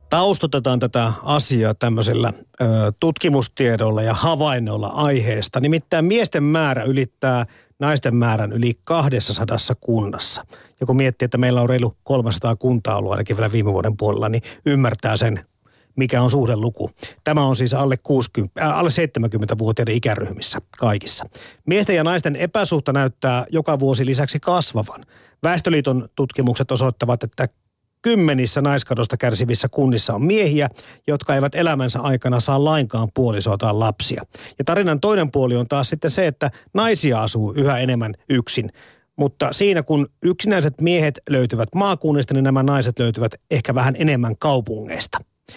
Taustotetaan tätä asiaa tämmöisellä tutkimustiedolla ja havainnoilla aiheesta. Nimittäin miesten määrä ylittää naisten määrän yli 200 kunnassa. Ja kun miettii, että meillä on reilu 300 kuntaa ollut ainakin vielä viime vuoden puolella, niin ymmärtää sen, mikä on suhdeluku. Tämä on siis alle 70-vuotiaiden ikäryhmissä kaikissa. Miesten ja naisten epäsuhta näyttää joka vuosi lisäksi kasvavan. Väestöliiton tutkimukset osoittavat, että 10 naiskadosta kärsivissä kunnissa on miehiä, jotka eivät elämänsä aikana saa lainkaan puolisoa tai lapsia. Ja tarinan toinen puoli on taas sitten se, että naisia asuu yhä enemmän yksin. Mutta siinä kun yksinäiset miehet löytyvät maakunnista, niin nämä naiset löytyvät ehkä vähän enemmän kaupungeista.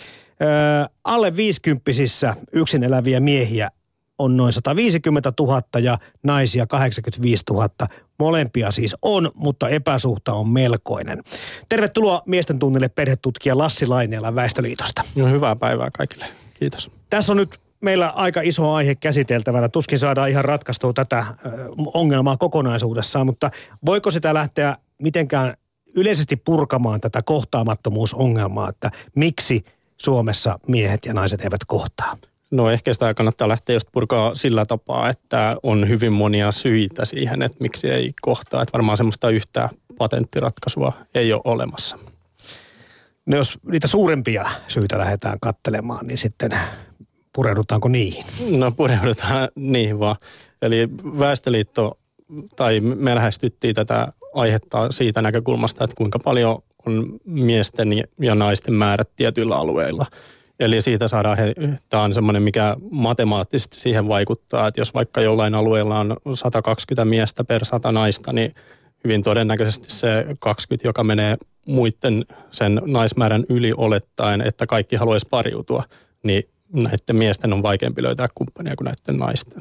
Alle 50-vuotiaissa yksin eläviä miehiä on noin 150 000 ja naisia 85 000. Molempia siis on, mutta epäsuhta on melkoinen. Tervetuloa Miesten tunnille perhetutkija Lassi Laineela Väestöliitosta. No, hyvää päivää kaikille. Kiitos. Tässä on nyt meillä aika iso aihe käsiteltävänä. Tuskin saadaan ihan ratkaistua tätä ongelmaa kokonaisuudessaan, mutta voiko sitä lähteä mitenkään yleisesti purkamaan tätä kohtaamattomuusongelmaa, että miksi Suomessa miehet ja naiset eivät kohtaa? No ehkä sitä kannattaa lähteä just purkaa sillä tapaa, että on hyvin monia syitä siihen, että miksi ei kohtaa. Että varmaan semmoista yhtä patenttiratkaisua ei ole olemassa. No jos niitä suurempia syitä lähdetään katselemaan, niin sitten pureudutaanko niihin? No pureudutaan niihin vaan. Eli Väestöliitto, tai me lähestyttiin tätä aihetta siitä näkökulmasta, että kuinka paljon on miesten ja naisten määrät tietyillä alueilla. Eli siitä saadaan, tämä on semmoinen, mikä matemaattisesti siihen vaikuttaa, että jos vaikka jollain alueella on 120 miestä per 100 naista, niin hyvin todennäköisesti se 20, joka menee muiden sen naismäärän yli olettaen, että kaikki haluaisi pariutua, niin näiden miesten on vaikeampi löytää kumppania kuin näiden naisten.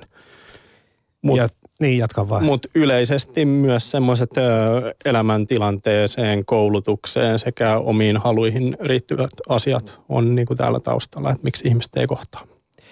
Jatka vaan. Mutta yleisesti myös semmoiset elämäntilanteeseen, koulutukseen sekä omiin haluihin riittyvät asiat on niin kuin täällä taustalla, että miksi ihmiset ei kohtaa.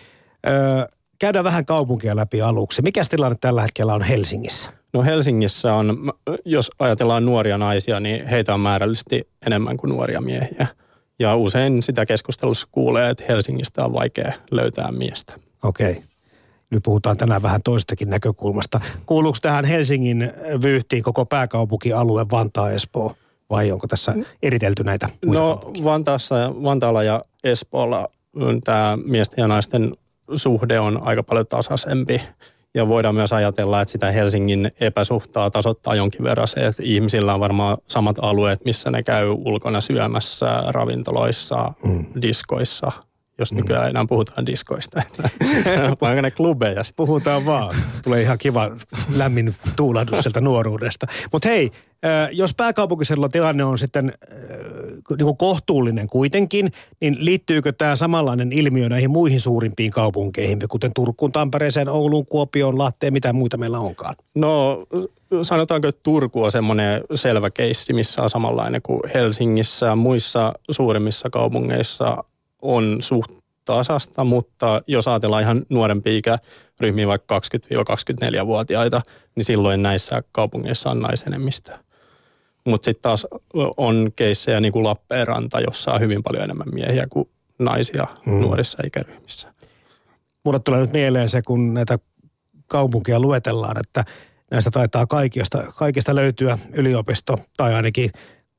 Käydään vähän kaupunkia läpi aluksi. Mikäs tilanne tällä hetkellä on Helsingissä? No Helsingissä on, jos ajatellaan nuoria naisia, niin heitä on määrällisesti enemmän kuin nuoria miehiä. Ja usein sitä keskustelussa kuulee, että Helsingistä on vaikea löytää miestä. Okei. Nyt puhutaan tänään vähän toistakin näkökulmasta. Kuuluuko tähän Helsingin vyyhtiin koko pääkaupunkialue, Vantaa, Espoo, vai onko tässä eritelty näitä muita kaupunkia? Vantaalla ja Espoolla tämä miesten ja naisten suhde on aika paljon tasaisempi. Ja voidaan myös ajatella, että sitä Helsingin epäsuhtaa tasoittaa jonkin verran se, että ihmisillä on varmaan samat alueet, missä ne käy ulkona syömässä, ravintoloissa, diskoissa. Jos nykyään enää puhutaan diskoista. Puhutaan ne klubeja. Puhutaan vaan. Tulee ihan kiva lämmin tuulahdus sieltä nuoruudesta. Mutta hei, jos pääkaupunkiseudulla tilanne on sitten niin kohtuullinen kuitenkin, niin liittyykö tämä samanlainen ilmiö näihin muihin suurimpiin kaupunkeihin, kuten Turkuun, Tampereeseen, Ouluun, Kuopioon, Lahteen, mitä muita meillä onkaan? No sanotaanko, että Turku on semmoinen selvä keissi, missä on samanlainen kuin Helsingissä. Muissa suurimmissa kaupungeissa on suht tasasta, mutta jos ajatellaan ihan nuorempia ikäryhmiä, vaikka 20-24-vuotiaita, niin silloin näissä kaupungeissa on naisenemmistöä. Mutta sitten taas on keissejä niin kuin Lappeenranta, jossa on hyvin paljon enemmän miehiä kuin naisia nuorissa ikäryhmissä. Mulle tulee nyt mieleen se, kun näitä kaupunkia luetellaan, että näistä taitaa kaikista löytyä yliopisto tai ainakin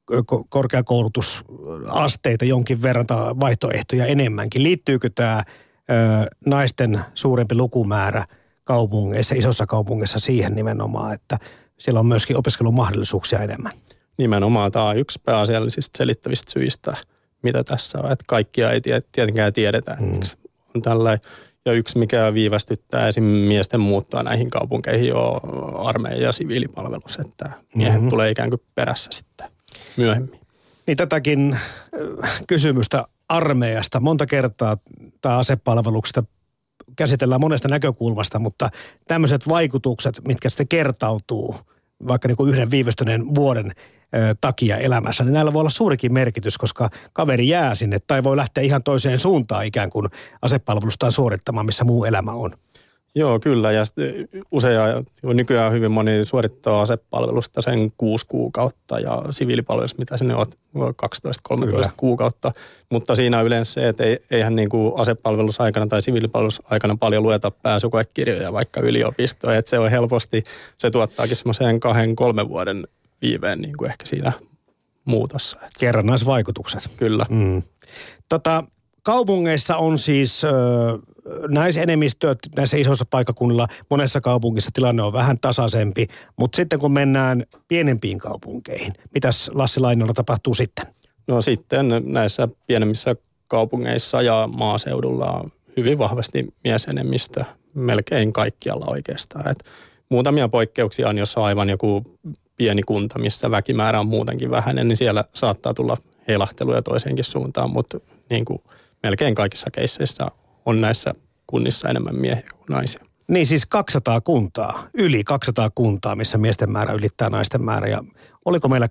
korkeakoulutusasteita jonkin verran tai vaihtoehtoja enemmänkin. Liittyykö tämä naisten suurempi lukumäärä kaupungeissa, isossa kaupungissa siihen nimenomaan, että siellä on myöskin opiskelumahdollisuuksia enemmän? Nimenomaan tämä on yksi pääasiallisista selittävistä syistä, mitä tässä on. Että kaikkia ei tietenkään tiedetä, miksi on tällainen. Ja yksi, mikä viivästyttää esimerkiksi miesten muuttoa näihin kaupunkeihin, on armeija ja siviilipalvelus, että miehet tulee ikään kuin perässä sitten myöhemmin. Niin tätäkin kysymystä armeijasta monta kertaa tai asepalveluksesta käsitellään monesta näkökulmasta, mutta tämmöiset vaikutukset, mitkä sitten kertautuu vaikka niin kuin yhden viivästyneen vuoden takia elämässä, niin näillä voi olla suurikin merkitys, koska kaveri jää sinne tai voi lähteä ihan toiseen suuntaan ikään kuin asepalvelustaan suorittamaan, missä muu elämä on. Joo, kyllä. Ja nykyään hyvin moni suorittaa asepalvelusta sen 6 kuukautta ja siviilipalvelus, mitä sinne on 12-13 kuukautta. Mutta siinä on yleensä se, että eihän niin kuin asepalvelusaikana tai siviilipalvelusaikana paljon lueta pääsykoekirjoja vaikka yliopistoon. Että se on helposti, se tuottaakin semmoiseen 2-3 vuoden viiveen niin kuin ehkä siinä muutossa. Kerrannaisvaikutukset. Kyllä. Kaupungeissa on siis naisenemmistöt näissä isoissa paikkakunnilla. Monessa kaupungissa tilanne on vähän tasaisempi, mutta sitten kun mennään pienempiin kaupunkeihin, mitäs Lassi Lainiolla tapahtuu sitten? No sitten näissä pienemmissä kaupungeissa ja maaseudulla on hyvin vahvasti miesenemmistö melkein kaikkialla oikeastaan. Et muutamia poikkeuksia on, jos on aivan joku pieni kunta, missä väkimäärä on muutenkin vähäinen, niin siellä saattaa tulla heilahteluja toiseenkin suuntaan, mutta niin kuin melkein kaikissa keisseissä on näissä kunnissa enemmän miehiä kuin naisia. Niin siis 200 kuntaa, yli 200 kuntaa, missä miesten määrä ylittää naisten määrä. Ja oliko meillä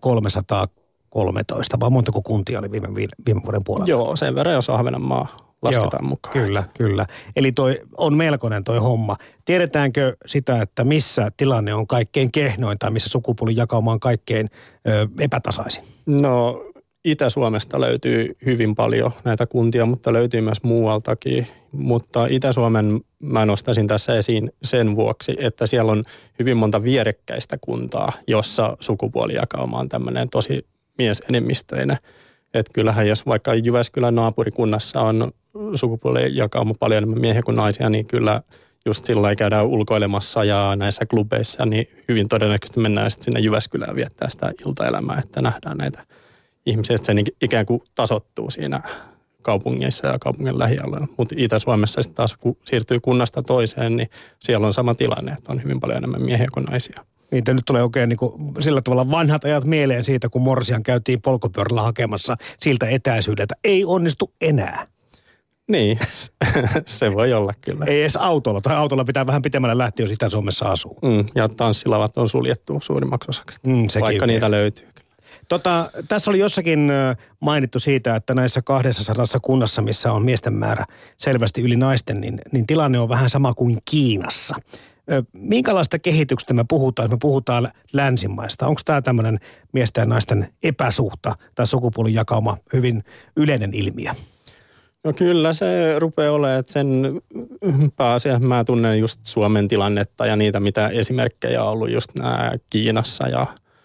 313, vai montako kuntia oli viime vuoden puolella? Joo, sen verran jos Ahvenanmaa lasketaan mukaan. Kyllä. Eli toi on melkoinen toi homma. Tiedetäänkö sitä, että missä tilanne on kaikkein kehnoin tai missä sukupuolijakauma on kaikkein epätasaisin? No Itä-Suomesta löytyy hyvin paljon näitä kuntia, mutta löytyy myös muualtakin. Mutta Itä-Suomen mä nostaisin tässä esiin sen vuoksi, että siellä on hyvin monta vierekkäistä kuntaa, jossa sukupuolijakauma on tämmöinen tosi miesenemmistöinen. Että kyllähän jos vaikka Jyväskylän naapurikunnassa on sukupuolijakauma paljon enemmän miehiä kuin naisia, niin kyllä just sillä käydään ulkoilemassa ja näissä klubeissa, niin hyvin todennäköisesti mennään sitten sinne Jyväskylään viettää sitä iltaelämää, että nähdään näitä ihmisiä, että se ikään kuin tasoittuu siinä kaupungeissa ja kaupungin lähialueella. Mutta Itä-Suomessa sitten taas kun siirtyy kunnasta toiseen, niin siellä on sama tilanne, että on hyvin paljon enemmän miehiä kuin naisia. Niitä nyt tulee oikein niin kuin sillä tavalla vanhat ajat mieleen siitä, kun morsian käytiin polkupyörällä hakemassa siltä etäisyydeltä. Ei onnistu enää. Niin, se voi olla kyllä. Ei edes autolla, tai autolla pitää vähän pitemmälle lähteä, jos Itä-Suomessa asuu. Ja tanssilavat on suljettu suurimmaksi osaksi, vaikka niitä löytyy. Tässä oli jossakin mainittu siitä, että näissä 200 kunnassa, missä on miesten määrä selvästi yli naisten, niin tilanne on vähän sama kuin Kiinassa. Minkälaista kehityksestä me puhutaan, jos me puhutaan länsimaista? Onko tämä tämmöinen miesten ja naisten epäsuhta tai sukupuolijakauma hyvin yleinen ilmiö? No kyllä se rupeaa olemaan, että sen pääasiassa mä tunnen just Suomen tilannetta ja niitä, mitä esimerkkejä on ollut just nämä Kiinassa ja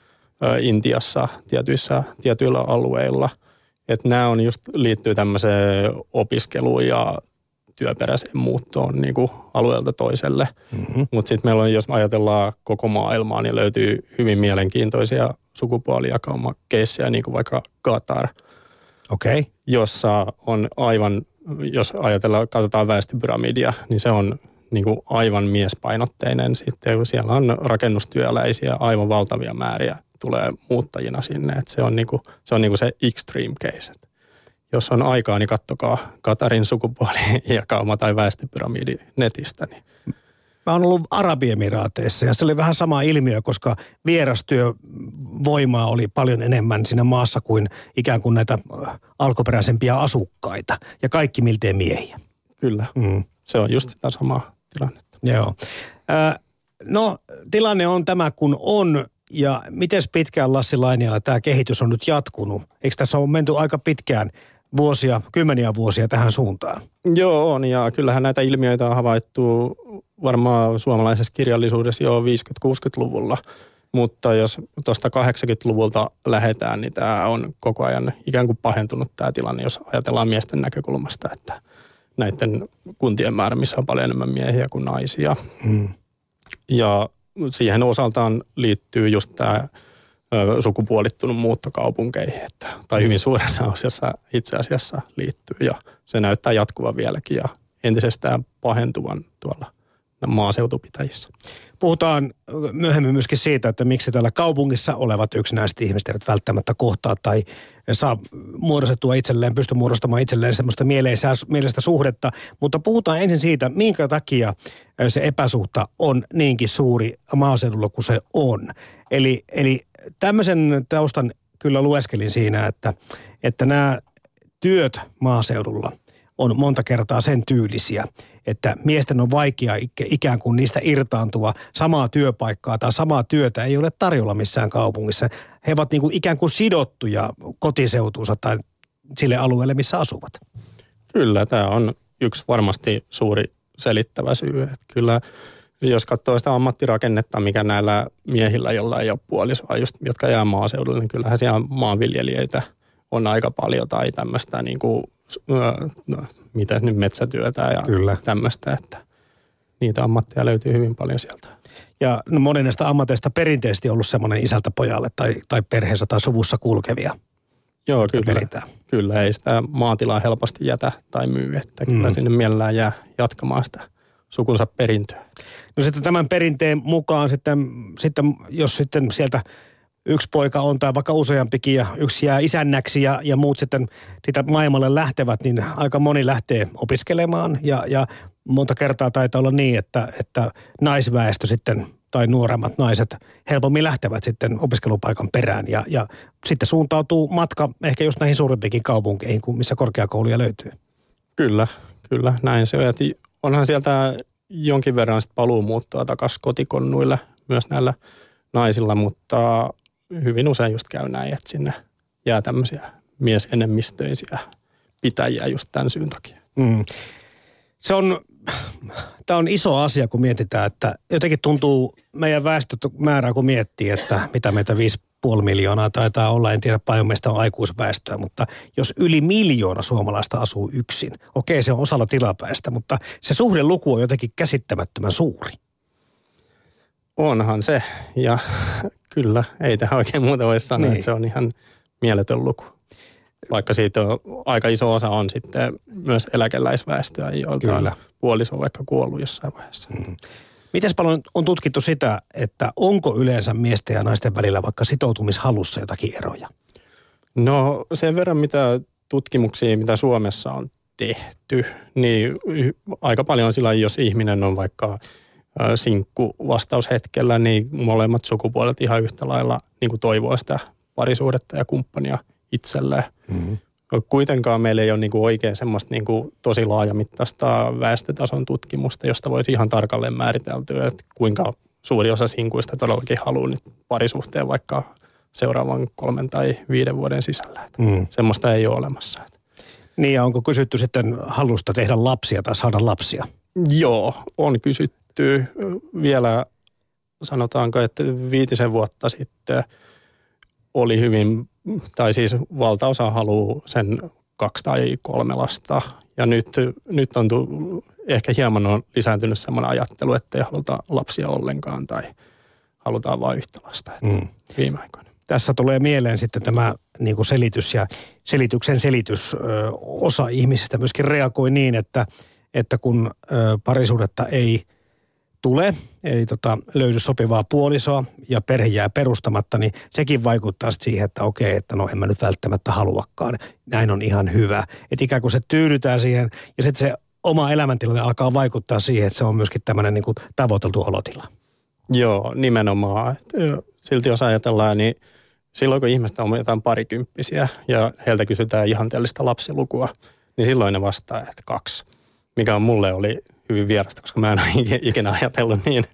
Intiassa tietyillä alueilla. Että nämä on just liittyy tämmöiseen opiskeluun ja työperäiseen muuttoon niin kuin alueelta toiselle. Mm-hmm. Mutta sitten meillä on, jos ajatellaan koko maailmaa, niin löytyy hyvin mielenkiintoisia sukupuolijakaumakeissejä, niin kuin vaikka Qatar. Okay. Jossa on aivan, jos katsotaan väestöpyramidia, niin se on niin kuin aivan miespainotteinen. Sitten siellä on rakennustyöläisiä, aivan valtavia määriä tulee muuttajina sinne. Et se on niin kuin se extreme case. Jos on aikaa, niin katsokaa Qatarin sukupuolijakauma tai väestöpyramidi netistä. Niin. Mä oon ollut Arabiemiraateissa ja se oli vähän sama ilmiö, koska vierastyövoimaa oli paljon enemmän siinä maassa kuin ikään kuin näitä alkuperäisempiä asukkaita. Ja kaikki miltei miehiä. Kyllä, se on just sitä samaa tilannetta. Joo. No tilanne on tämä kun on. Ja miten pitkään Lassi Lainiolla tämä kehitys on nyt jatkunut? Eikö tässä ole menty aika pitkään kymmeniä vuosia tähän suuntaan? Joo on ja kyllähän näitä ilmiöitä on havaittu varmaan suomalaisessa kirjallisuudessa jo 50-60-luvulla. Mutta jos tuosta 80-luvulta lähdetään, niin tämä on koko ajan ikään kuin pahentunut tämä tilanne, jos ajatellaan miesten näkökulmasta, että näiden kuntien määrä, missä on paljon enemmän miehiä kuin naisia. Ja siihen osaltaan liittyy just tämä sukupuolittunut muutto kaupunkeihin, tai hyvin suuressa osassa itse asiassa liittyy, ja se näyttää jatkuvan vieläkin ja entisestään pahentuvan tuolla maaseutupitäjissä. Puhutaan myöhemmin myöskin siitä, että miksi täällä kaupungissa olevat yksinäiset ihmiset eivät välttämättä kohtaa tai saa pysty muodostamaan itselleen semmoista mieleistä suhdetta. Mutta puhutaan ensin siitä, minkä takia se epäsuhta on niinkin suuri maaseudulla kuin se on. Eli tämmöisen taustan kyllä lueskelin siinä, että nämä työt maaseudulla on monta kertaa sen tyylisiä, että miesten on vaikea ikään kuin niistä irtaantua. Samaa työpaikkaa tai samaa työtä ei ole tarjolla missään kaupungissa. He ovat niin kuin ikään kuin sidottuja kotiseutuunsa tai sille alueelle, missä asuvat. Kyllä, tämä on yksi varmasti suuri selittävä syy. Että kyllä, jos katsoo sitä ammattirakennetta, mikä näillä miehillä, joilla ei ole puolisoa, just, jotka jää maaseudulle, niin kyllähän siellä maanviljelijöitä on aika paljon tai tämmöistä niin kuin, mitä nyt metsätyötä ja kyllä. Tämmöistä, että niitä ammatteja löytyy hyvin paljon sieltä. Ja no, monen näistä ammateista perinteisesti ollut semmoinen isältä pojalle tai perheensä tai suvussa kulkevia. Joo, kyllä ei sitä maatilaa helposti jätä tai myy, että kyllä sinne mielellään jää jatkamaan sitä sukunsa perintöä. No sitten tämän perinteen mukaan sitten jos sitten sieltä yksi poika on tai vaikka useampikin ja yksi jää isännäksi ja muut sitten sitä maailmalle lähtevät, niin aika moni lähtee opiskelemaan ja monta kertaa taitaa olla niin, että naisväestö sitten tai nuoremmat naiset helpommin lähtevät sitten opiskelupaikan perään ja sitten suuntautuu matka ehkä just näihin suurempiin kaupunkeihin, missä korkeakouluja löytyy. Kyllä, näin se on. Onhan sieltä jonkin verran sitten paluumuuttoa takaisin kotikonnuille myös näillä naisilla, mutta hyvin usein just käy näin, että sinne jää tämmöisiä miesenemmistöisiä pitäjiä just tämän syyn takia. Tämä on iso asia, kun mietitään, että jotenkin tuntuu meidän väestömäärää, kun miettii, että mitä meitä 5,5 miljoonaa taitaa olla. En tiedä, paljon meistä on aikuisväestöä, mutta jos yli 1 miljoona suomalaista asuu yksin, okei, se on osalla tilapäistä, mutta se suhdeluku on jotenkin käsittämättömän suuri. Onhan se, ja kyllä, ei tähän oikein muuta voi sanoa, että se on ihan mieletön luku. Vaikka siitä on, aika iso osa on sitten myös eläkeläisväestöä, joilta on puoliso vaikka kuollut jossain vaiheessa. Miten paljon on tutkittu sitä, että onko yleensä miesten ja naisten välillä vaikka sitoutumishalussa jotakin eroja? No sen verran mitä tutkimuksia, mitä Suomessa on tehty, niin aika paljon sillä, jos ihminen on vaikka sinkku vastaushetkellä, niin molemmat sukupuolet ihan yhtä lailla niin kuin toivoo sitä parisuhdetta ja kumppania itselleen. Kuitenkaan meillä ei ole niin kuin oikein semmoista niin kuin tosi laajamittaista väestötason tutkimusta, josta voisi ihan tarkalleen määriteltyä, että kuinka suuri osa sinkuista todellakin haluaa nyt parisuhteen vaikka seuraavan 3 tai 5 vuoden sisällä. Semmoista ei ole olemassa. Niin, ja onko kysytty sitten halusta tehdä lapsia tai saada lapsia? Joo, on kysytty vielä, sanotaanko, että 5 vuotta sitten oli hyvin, tai valtaosa haluaa sen 2 tai 3 lasta. Ja nyt on ehkä hieman on lisääntynyt semmoinen ajattelu, että ei haluta lapsia ollenkaan tai halutaan vain yhtä lasta viime aikoina. Tässä tulee mieleen sitten tämä niin kuin selitys ja selityksen selitys. Osa ihmisistä myöskin reagoi niin, että kun parisuhdetta ei ei löydy sopivaa puolisoa ja perhe jää perustamatta, niin sekin vaikuttaa siihen, että okei, että no en mä nyt välttämättä haluakaan. Näin on ihan hyvä. Että ikään kuin se tyydytään siihen ja sitten se oma elämäntilanne alkaa vaikuttaa siihen, että se on myöskin tämmöinen niin kuin tavoiteltu olotila. Joo, nimenomaan. Silti jos ajatellaan, niin silloin kun ihmiset on jotain parikymppisiä ja heiltä kysytään ihanteellista lapsilukua, niin silloin ne vastaa, että 2. Mikä mulle oli hyvin vierasta, koska mä en ole ikinä ajatellut niin.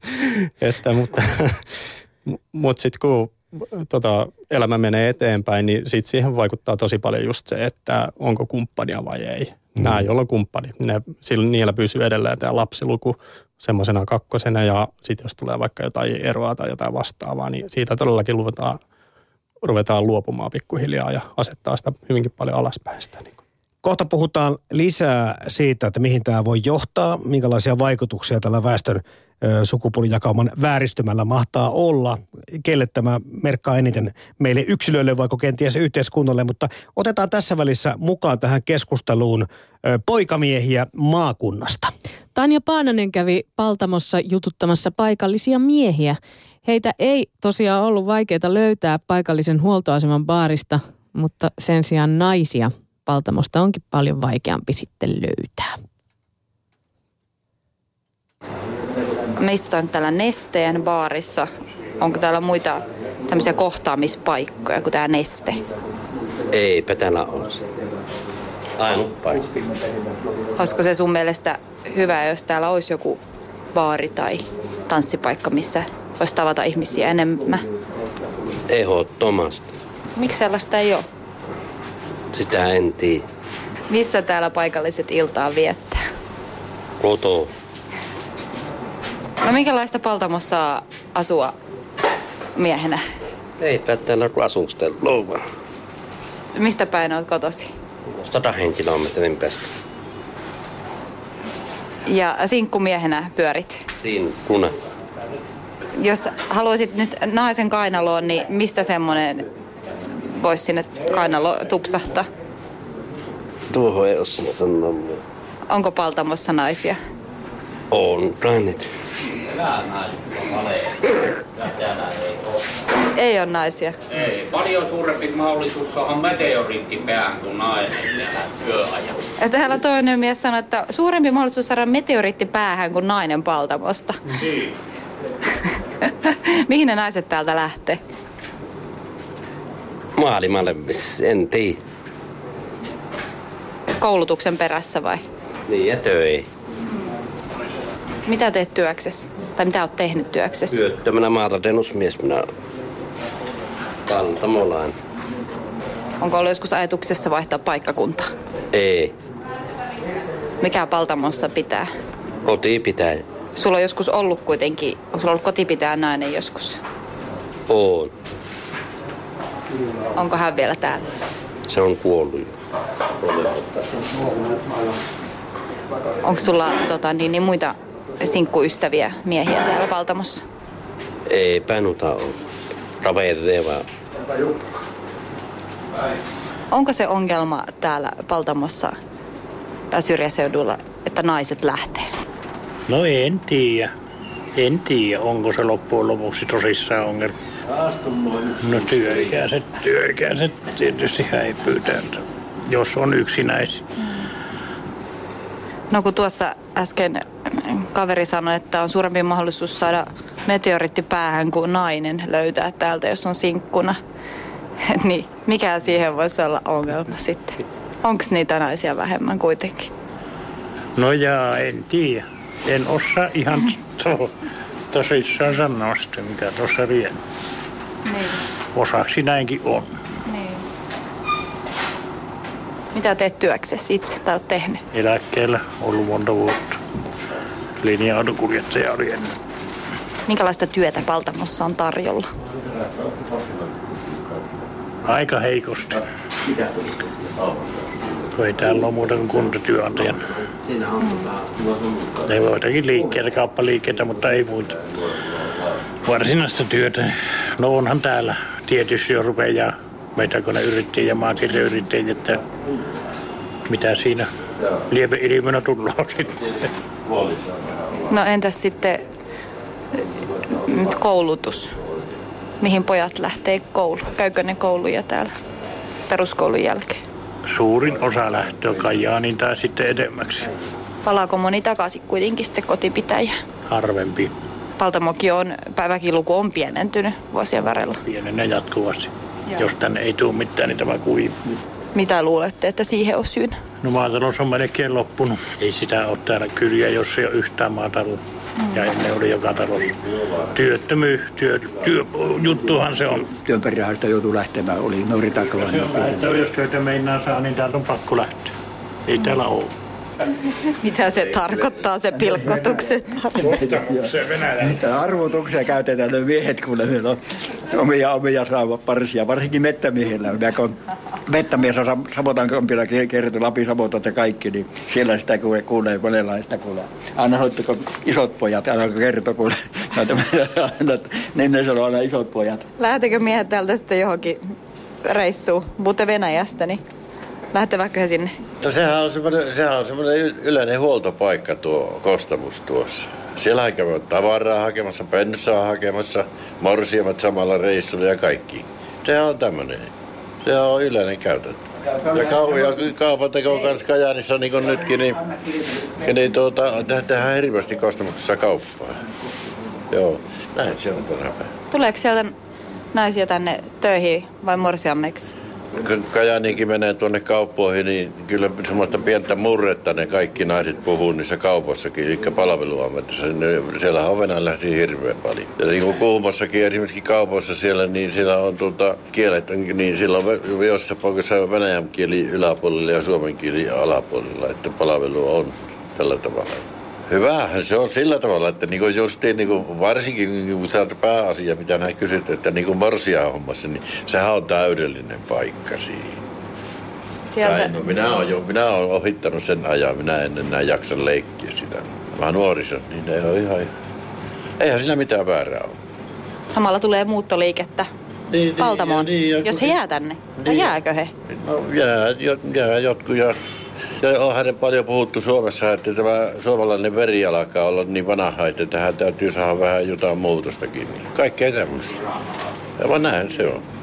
Mutta sitten kun elämä menee eteenpäin, niin sit siihen vaikuttaa tosi paljon just se, että onko kumppania vai ei. Nämä, joilla on kumppanit, niillä pysyy edelleen tämä lapsiluku semmoisena 2. ja sitten jos tulee vaikka jotain eroa tai jotain vastaavaa, niin siitä todellakin ruvetaan luopumaan pikkuhiljaa ja asettaa sitä hyvinkin paljon alaspäin sitä. Kohta puhutaan lisää siitä, että mihin tämä voi johtaa, minkälaisia vaikutuksia tällä väestön sukupuolijakauman vääristymällä mahtaa olla, kelle tämä merkkaa eniten meille yksilöille, vaikka kenties yhteiskunnalle, mutta otetaan tässä välissä mukaan tähän keskusteluun poikamiehiä maakunnasta. Tanja Paananen kävi Paltamossa jututtamassa paikallisia miehiä. Heitä ei tosiaan ollut vaikeaa löytää paikallisen huoltoaseman baarista, mutta sen sijaan naisia Paltamosta onkin paljon vaikeampi sitten löytää. Me istutaan täällä Nesteen baarissa. Onko täällä muita tämmöisiä kohtaamispaikkoja kuin tämä Neste? Eipä täällä ole. Ainut paikka. Olisiko se sun mielestä hyvä, jos täällä olisi joku baari tai tanssipaikka, missä voisi tavata ihmisiä enemmän? Ehdottomasti. Miksi sellaista ei ole? Sitä en tiedä. Missä täällä paikalliset iltaa viettää? Koto. No minkälaista Paltamossa saa asua miehenä? Eipä täällä asustellut. Mistä päin olet kotosi? 100 kilometrin päästä. Ja sinkkumiehenä pyörit? Sinkkuna. Jos haluaisit nyt naisen kainaloon, niin mistä semmoinen voisi sinne kainaloon tupsahtaa? Tuohon ei osaa sanoa. Onko Paltamossa naisia? On nainen. Ei ole naisia. Ei. Paljon suurempi mahdollisuus on meteoriittipään kuin nainen yöajan. Ja täällä toinen mies sanoi, että suurempi mahdollisuus saada meteoriitti päähän kuin nainen Paltamosta. Niin. Mihin ne naiset täältä lähtee? Maailmalle en tiedä. Koulutuksen perässä vai? Niin ja töi. Mitä teet työksessä? Tai mitä oot tehnyt työksessä? Työttömänä maarakennusmies minä Paltamolaan. Onko ollut joskus ajatuksessa vaihtaa paikkakuntaa? Ei. Mikä Paltamossa pitää? Koti pitää. Sulla on joskus ollut kuitenkin, onko sulla ollut kotipitää nainen joskus? On. Onko hän vielä täällä? Se on kuollut. Onko sulla muita sinkkuystäviä miehiä täällä Paltamossa? Eipä nuta ole. Raveitee vaan. Onko se ongelma täällä Paltamossa tai syrjäseudulla, että naiset lähtee? No en tiedä. En tiedä, onko se loppujen lopuksi tosissaan ongelma. No työikäiset tietysti häipyy täältä, jos on yksinäisiä. No kun tuossa äsken kaveri sanoi, että on suurempi mahdollisuus saada meteoriitti päähän kuin nainen löytää täältä, jos on sinkkuna. Niin mikä siihen voisi olla ongelma sitten? Onko niitä naisia vähemmän kuitenkin? No en tiedä. En osaa ihan tosissaan sanoa sitä, mikä tuossa vielä. Niin. Osaksi näinkin on. Niin. Mitä teet työksesi itse tai oot tehnyt? Eläkkeellä ollut monta vuotta. Linja-autokuljettaja oli ennen. Minkälaista työtä Paltamossa on tarjolla? Aika heikosti. Ei täällä ole muuta kuin kuntatyönantajan. Ne voi jotakin liikkeitä, kauppaliikkeitä, mutta ei muita. Varsinaista työtä. No onhan täällä tietysti jo rupeaa metakoneyrittäjiä ja maantilayrittäjiä, että mitä siinä lieveilmiönä tulee sitten. No entäs sitten koulutus? Mihin pojat lähtee kouluun? Käykö ne kouluja täällä peruskoulun jälkeen? Suurin osa lähtee Kajaaniin tai sitten edemmäksi. Palaako moni takaisin kuitenkin sitten kotipitäjä? Harvempi. Paltamokin on, väkiluku on pienentynyt vuosien varrella. Pienenee jatkuvasti. Jos tänne ei tule mitään niitä vakuja. Mitä luulette, että siihen on syynä? No maatalous on melkein loppunut. Ei sitä ole täällä kyliä, jos ei ole yhtään maataloa. Ja ennen oli joka talolla. Työttömyys, juttuhan se on. Työn perään sitä joutuu lähtemään, oli nuori takalainen. Jos työtä meinaa saa, niin täältä on pakko lähteä. Ei täällä ole. Mitä se tarkoittaa, se pilkkotuksen? Se venäläinen. Arvotuksia käytetään ne miehet, kun meillä on omia saavat parsia, varsinkin mettämiehillä. Kun mettämies on Samotankampilla kertoi Lapin Samotat ja kaikki, niin siellä sitä kuulee monenlaista kuulee. Aina soittako isot pojat, aina kertoo kuulee. Niin ne sanoo aina isot pojat. Lähteekö miehet täältä sitten johonkin reissuun, puhutte Venäjästä, niin lähtevätkö he sinne? No sehän on semmoinen yleinen huoltopaikka tuo Kostamus tuossa. Siellä käydään tavaraa hakemassa, bensaa hakemassa, morsiamat samalla reissulla ja kaikki. Sehän on tämmöinen. Sehän on yleinen käytäntö. Ja kaupan teko kanssa Kajaanissa niin kuin nytkin, niin tehdään hirveästi Kostamuksessa kauppaa. Joo, näin se on tänä päivänä. Tuleeko sieltä naisia tänne töihin vai morsiammeksi? Kajaaniinkin menee tuonne kauppoihin, niin kyllä semmoista pientä murretta ne kaikki naiset puhuu niissä kaupoissakin, eli palveluammatissa. Siellä on venäläisiä hirveän paljon. Ja niin kuin Kuhmossakin esimerkiksi kaupoissa siellä, niin siellä on kielet, niin siellä on jossain paikassa venäjän kieli yläpuolella ja suomen kieli alapuolella, että palvelu on tällä tavalla. Hyvähän se on sillä tavalla, että niinku justiin niinku varsinkin niinku pääasia, mitä näin kysyt, että niinku morsian hommassa, niin sehän on täydellinen paikka siihen. Minä olen ohittanut sen ajan, minä en enää jaksa leikkiä sitä. Mä nuoriso, niin ei ole ihan... Eihän siinä mitään väärää ole. Samalla tulee muuttoliikettä Paltamoon, jos he jää tänne. Vai jääkö he? No jää jotkut ja onhan paljon puhuttu Suomessa, että tämä suomalainen veri alkaa olla niin vanha, että tähän täytyy saada vähän jotain muutostakin. Kaikkea tämmöistä. Ja vaan näin se on.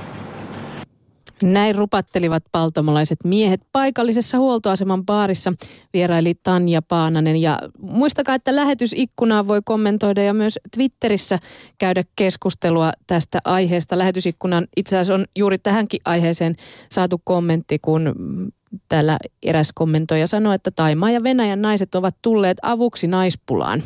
Näin rupattelivat paltamolaiset miehet paikallisessa huoltoaseman baarissa. Vieraili Tanja Paananen ja muistakaa, että lähetysikkunaa voi kommentoida ja myös Twitterissä käydä keskustelua tästä aiheesta. Lähetysikkunan itse asiassa on juuri tähänkin aiheeseen saatu kommentti, kun täällä eräs kommentoija sanoi, että Thaimaan ja Venäjän naiset ovat tulleet avuksi naispulaan.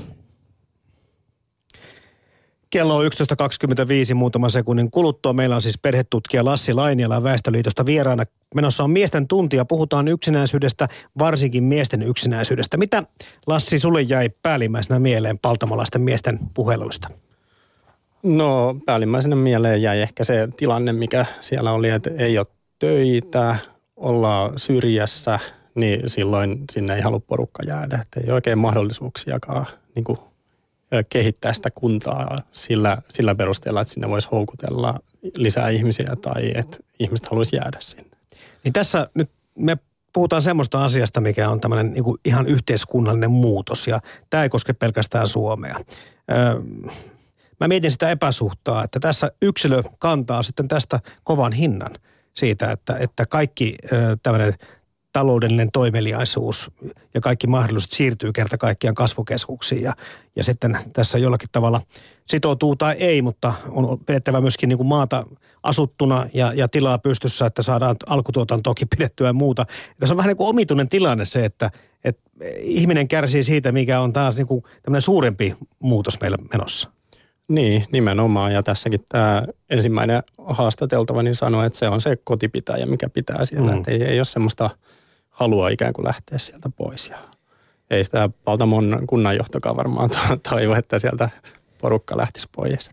Kello on 11.25 muutaman sekunnin kuluttua. Meillä on siis perhetutkija Lassi Lainiala Väestöliitosta vieraana. Menossa on miesten tunti ja puhutaan yksinäisyydestä, varsinkin miesten yksinäisyydestä. Mitä, Lassi, sulle jäi päällimmäisenä mieleen paltamolaisten miesten puheluista? No, päällimmäisenä mieleen jäi ehkä se tilanne, mikä siellä oli, että ei ole töitä, ollaan syrjässä, niin silloin sinne ei halua porukka jäädä. Että ei oikein mahdollisuuksiakaan niin kuin kehittää sitä kuntaa sillä perusteella, että sinne voisi houkutella lisää ihmisiä tai että ihmiset haluaisi jäädä sinne. Niin tässä nyt me puhutaan semmoista asiasta, mikä on tämmöinen niin kuin ihan yhteiskunnallinen muutos ja tämä ei koske pelkästään Suomea. Mä mietin sitä epäsuhtaa, että tässä yksilö kantaa sitten tästä kovan hinnan siitä, että kaikki tämmöinen taloudellinen toimeliaisuus ja kaikki mahdollisuudet siirtyy kerta kaikkiaan kasvukeskuksiin ja sitten tässä jollakin tavalla sitoutuu tai ei, mutta on pidettävä myöskin niin kuin maata asuttuna ja tilaa pystyssä, että saadaan alkutuotantoakin pidettyä ja muuta. Tässä on vähän niin kuin omituinen tilanne se, että ihminen kärsii siitä, mikä on taas niin kuin tämmöinen suurempi muutos meillä menossa. Niin, nimenomaan. Ja tässäkin tämä ensimmäinen haastateltava niin sanoi, että se on se kotipitäjä, mikä pitää siellä. Että ei ole semmoista halua ikään kuin lähteä sieltä pois. Ja ei sitä Paltamon kunnanjohtokaan varmaan toivo, että sieltä porukka lähtisi pois.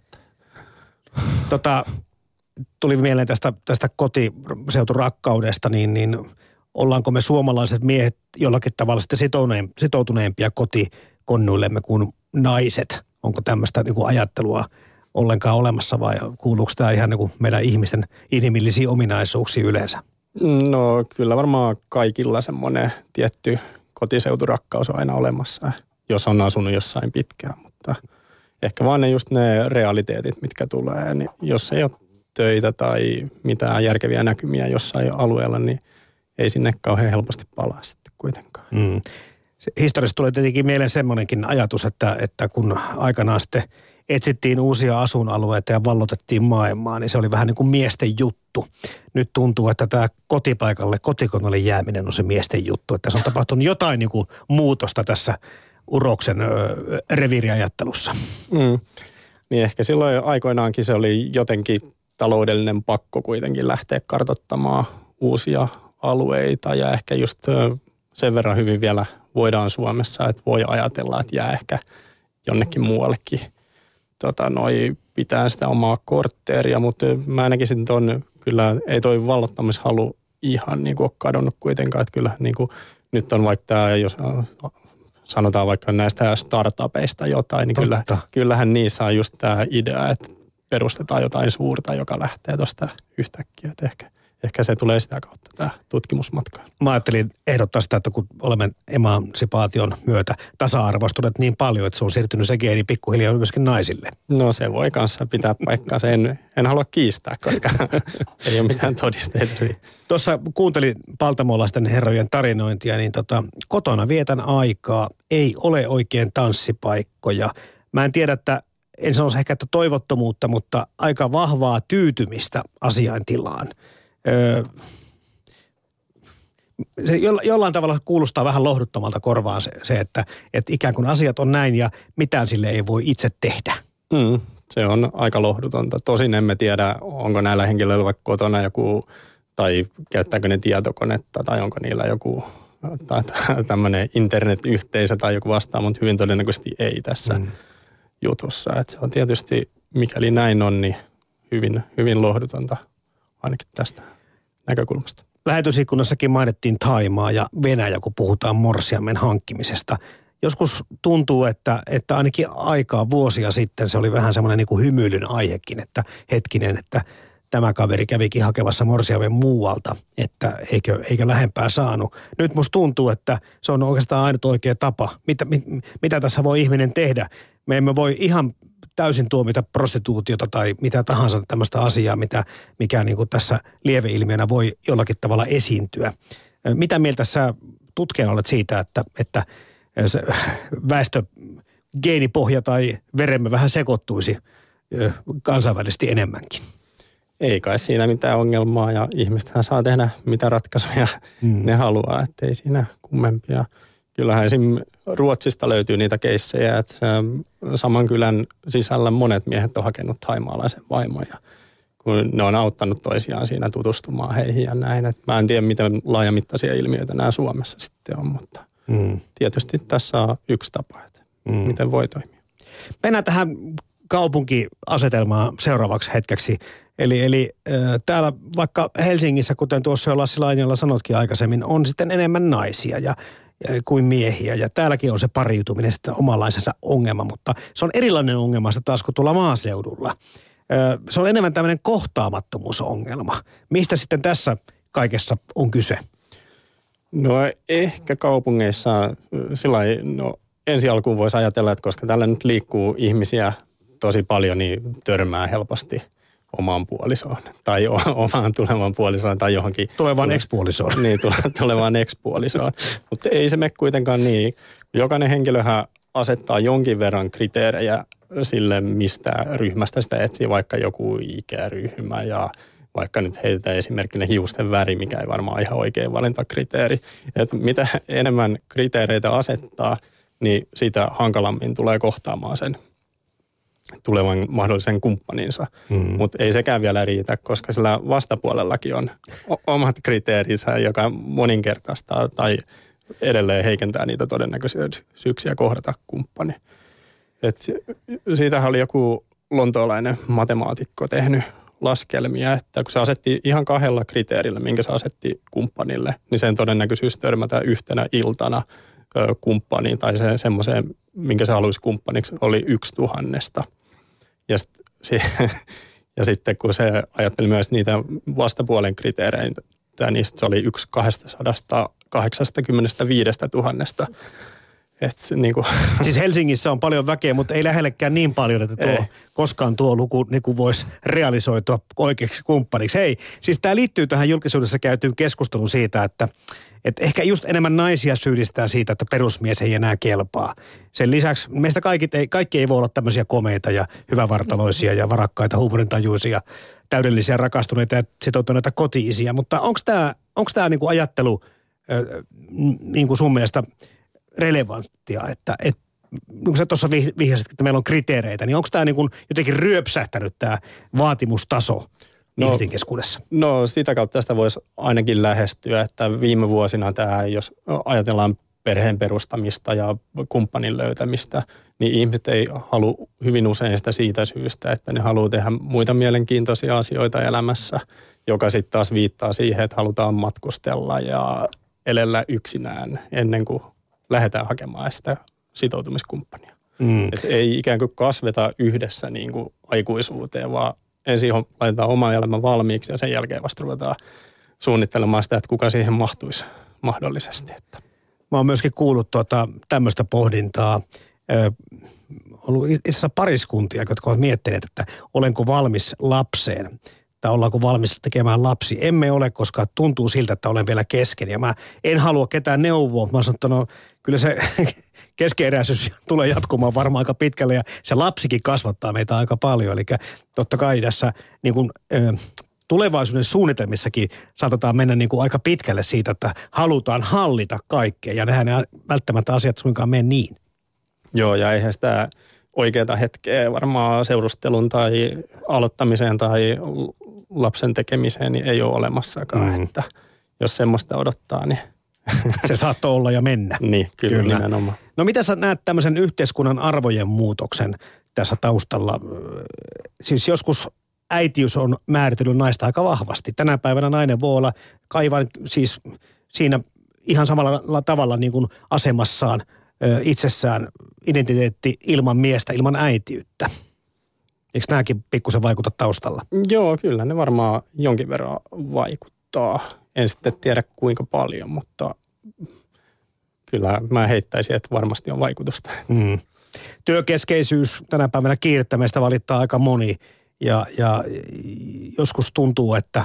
Tuli mieleen tästä kotiseuturakkaudesta, niin ollaanko me suomalaiset miehet jollakin tavalla sitten sitoutuneempia kotikonnuillemme kuin naiset? Onko tämmöistä niin kuin ajattelua ollenkaan olemassa vai kuuluuko tämä ihan niin kuin meidän ihmisten inhimillisiä ominaisuuksia yleensä? No kyllä varmaan kaikilla semmoinen tietty kotiseuturakkaus on aina olemassa, jos on asunut jossain pitkään. Mutta ehkä vaan ne realiteetit, mitkä tulee, niin jos ei ole töitä tai mitään järkeviä näkymiä jossain alueella, niin ei sinne kauhean helposti palaa sitten kuitenkaan. Historiassa tulee tietenkin mieleen semmoinenkin ajatus, että kun aikanaan sitten etsittiin uusia asuinalueita ja vallotettiin maailmaa, niin se oli vähän niin kuin miesten juttu. Nyt tuntuu, että tämä kotikonnolle jääminen on se miesten juttu, että se on tapahtunut jotain niin kuin muutosta tässä uroksen reviiriajattelussa. Niin ehkä silloin aikoinaankin se oli jotenkin taloudellinen pakko kuitenkin lähteä kartoittamaan uusia alueita ja ehkä just sen verran hyvin vielä voidaan Suomessa, että voi ajatella, että jää ehkä jonnekin muuallekin pitää sitä omaa kortteeria, mutta mä näkisin tuon, kyllä ei toi vallottamishalu ihan niin kuin ole kadonnut kuitenkaan, että kyllä niin kuin nyt on vaikka tämä, jos sanotaan vaikka näistä startupeista jotain, niin kyllähän niissä on just tämä idea, että perustetaan jotain suurta, joka lähtee tuosta yhtäkkiä, että ehkä se tulee sitä kautta, tämä tutkimusmatka. Mä ajattelin ehdottaa sitä, että kun olemme emansipaation myötä tasa-arvoistuneet niin paljon, että se on siirtynyt se geeni pikkuhiljaa myöskin naisille. No se voi kanssa pitää paikkaansa. En halua kiistää, koska ei ole mitään todisteita. Tuossa kuuntelin paltamolaisten herrojen tarinointia, niin kotona vietän aikaa, ei ole oikein tanssipaikkoja. Mä en tiedä, että en sanoisi ehkä, että toivottomuutta, mutta aika vahvaa tyytymistä asiaintilaan. se jollain tavalla kuulostaa vähän lohduttomalta korvaan se että ikään kuin asiat on näin ja mitään sille ei voi itse tehdä. Se on aika lohdutonta. Tosin emme tiedä, onko näillä henkilöillä vaikka kotona joku, tai käyttääkö ne tietokonetta, tai onko niillä joku tämmöinen internetyhteisö tai joku vastaan, mutta hyvin todennäköisesti ei tässä jutussa. Et se on tietysti, mikäli näin on, niin hyvin, hyvin lohdutonta ainakin tästä näkökulmasta. Lähetysikkunassakin mainittiin Thaimaa ja Venäjä, kun puhutaan morsiamen hankkimisesta. Joskus tuntuu, että ainakin aikaa vuosia sitten se oli vähän semmoinen niin kuin hymyilyn aihekin, että hetkinen, että tämä kaveri kävikin hakemassa morsiamen muualta, että eikö lähempää saanut. Nyt musta tuntuu, että se on oikeastaan ainut oikea tapa. Mitä tässä voi ihminen tehdä? Me emme voi ihan täysin tuomita prostituutiota tai mitä tahansa tämmöistä asiaa, mikä niin kuin tässä lieveilmiönä voi jollakin tavalla esiintyä. Mitä mieltä sä tutkijana olet siitä, että se väestögeenipohja tai veremme vähän sekoittuisi kansainvälisesti enemmänkin? Ei kai siinä mitään ongelmaa ja ihmisethän saa tehdä mitä ratkaisuja ne haluaa, ettei siinä kummempia. Kyllähän esim. Ruotsista löytyy niitä keissejä, että saman kylän sisällä monet miehet on hakenut thaimaalaisen vaimon ja kun ne on auttanut toisiaan siinä tutustumaan heihin ja näin. Et mä en tiedä, miten laajamittaisia ilmiöitä nämä Suomessa sitten on, mutta tietysti tässä on yksi tapa, että miten voi toimia. Mennään tähän kaupunkiasetelmaan seuraavaksi hetkeksi. Eli täällä vaikka Helsingissä, kuten tuossa jo Lassi Lainiolla sanotkin aikaisemmin, on sitten enemmän naisia kuin miehiä. Ja täälläkin on se pariutuminen sitten omanlaisensa ongelma, mutta se on erilainen ongelma sitten taas kuin tuolla maaseudulla. Se on enemmän tämmöinen kohtaamattomuusongelma. Mistä sitten tässä kaikessa on kyse? No ehkä kaupungeissa ensi alkuun voisi ajatella, että koska täällä nyt liikkuu ihmisiä tosi paljon, niin törmää helposti omaan puolisoon tai omaan tulevan puolisoon tai johonkin. Tulevaan ex-puolisoon. Niin, tulevaan ex-puolisoon. Mutta ei se mene kuitenkaan niin. Jokainen henkilöhän asettaa jonkin verran kriteerejä sille, mistä ryhmästä sitä etsii, vaikka joku ikäryhmä ja vaikka nyt heitetään esimerkkinä hiusten väri, mikä ei varmaan ihan oikein valintakriteeri. Että mitä enemmän kriteereitä asettaa, niin sitä hankalammin tulee kohtaamaan sen tulevan mahdollisen kumppaninsa. Mutta ei sekään vielä riitä, koska sillä vastapuolellakin on omat kriteerinsä, joka moninkertaistaa tai edelleen heikentää niitä todennäköisyyksiä kohdata kumppani. Siitähän oli joku lontoolainen matemaatikko tehnyt laskelmia, että kun se asetti ihan 2 kriteerillä, minkä se asetti kumppanille, niin sen todennäköisyys törmätä yhtenä iltana kumppaniin tai semmoiseen, minkä se haluaisi kumppaniksi, oli 1000. Ja sitten kun se ajatteli myös niitä vastapuolen kriteereitä, niin se oli 1 285 000. Siis Helsingissä on paljon väkeä, mutta ei lähellekään niin paljon, että koskaan tuo luku niin voisi realisoitua oikeaksi kumppaniksi. Hei, siis tämä liittyy tähän julkisuudessa käytyyn keskusteluun siitä, että ehkä just enemmän naisia syyllistää siitä, että perusmies ei enää kelpaa. Sen lisäksi meistä kaikki ei voi olla tämmöisiä komeita ja hyvävartaloisia ja varakkaita, huumorintajuisia, täydellisiä, rakastuneita ja sitoutuneita koti-isiä. Mutta onko tämä niin kuin ajattelu niin kuin sun mielestä relevanttia, että kun sä tuossa vihjasit, että meillä on kriteereitä, niin onko tämä niin kuin jotenkin ryöpsähtänyt tämä vaatimustaso ihmisten keskuudessa? No sitä kautta tästä voisi ainakin lähestyä, että viime vuosina tämä, jos ajatellaan perheen perustamista ja kumppanin löytämistä, niin ihmiset ei halua hyvin usein sitä siitä syystä, että ne haluaa tehdä muita mielenkiintoisia asioita elämässä, joka sitten taas viittaa siihen, että halutaan matkustella ja elellä yksinään ennen kuin lähdetään hakemaan sitä sitoutumiskumppania. Että ei ikään kuin kasveta yhdessä niin kuin aikuisuuteen, vaan ensin laitetaan oma elämä valmiiksi ja sen jälkeen vasta ruvetaan suunnittelemaan sitä, että kuka siihen mahtuisi mahdollisesti. Mä oon myöskin kuullut tämmöistä pohdintaa. Ollut itse asiassa pariskuntia, jotka ovat miettineet, että olenko valmis lapseen tai ollaanko valmis tekemään lapsi. Emme ole, koska tuntuu siltä, että olen vielä kesken. Ja mä en halua ketään neuvoa. Mä sanon, että no, kyllä se keskeneräisyys tulee jatkumaan varmaan aika pitkälle. Ja se lapsikin kasvattaa meitä aika paljon. Eli totta kai tässä niin kuin, tulevaisuuden suunnitelmissakin saatetaan mennä niin kuin aika pitkälle siitä, että halutaan hallita kaikkea. Ja nehän ei välttämättä asiat suinkaan mene niin. Joo, ja eihän sitä oikeaa hetkeä varmaan seurustelun tai aloittamiseen tai lapsen tekemiseen niin ei ole olemassakaan. Että jos semmoista odottaa, niin se saattoi olla ja mennä. Niin, kyllä nimenomaan. No mitä sä näet tämmöisen yhteiskunnan arvojen muutoksen tässä taustalla? Siis joskus äitiys on määritellyt naista aika vahvasti. Tänä päivänä nainen voi olla kaivan siis siinä ihan samalla tavalla niin kuin asemassaan itsessään identiteetti ilman miestä, ilman äitiyttä. Eikö nämäkin pikkusen vaikuta taustalla? Joo, kyllä ne varmaan jonkin verran vaikuttaa. En sitten tiedä kuinka paljon, mutta kyllä mä heittäisin, että varmasti on vaikutusta. Työkeskeisyys tänä päivänä kiirettämistä valittaa aika moni ja joskus tuntuu, että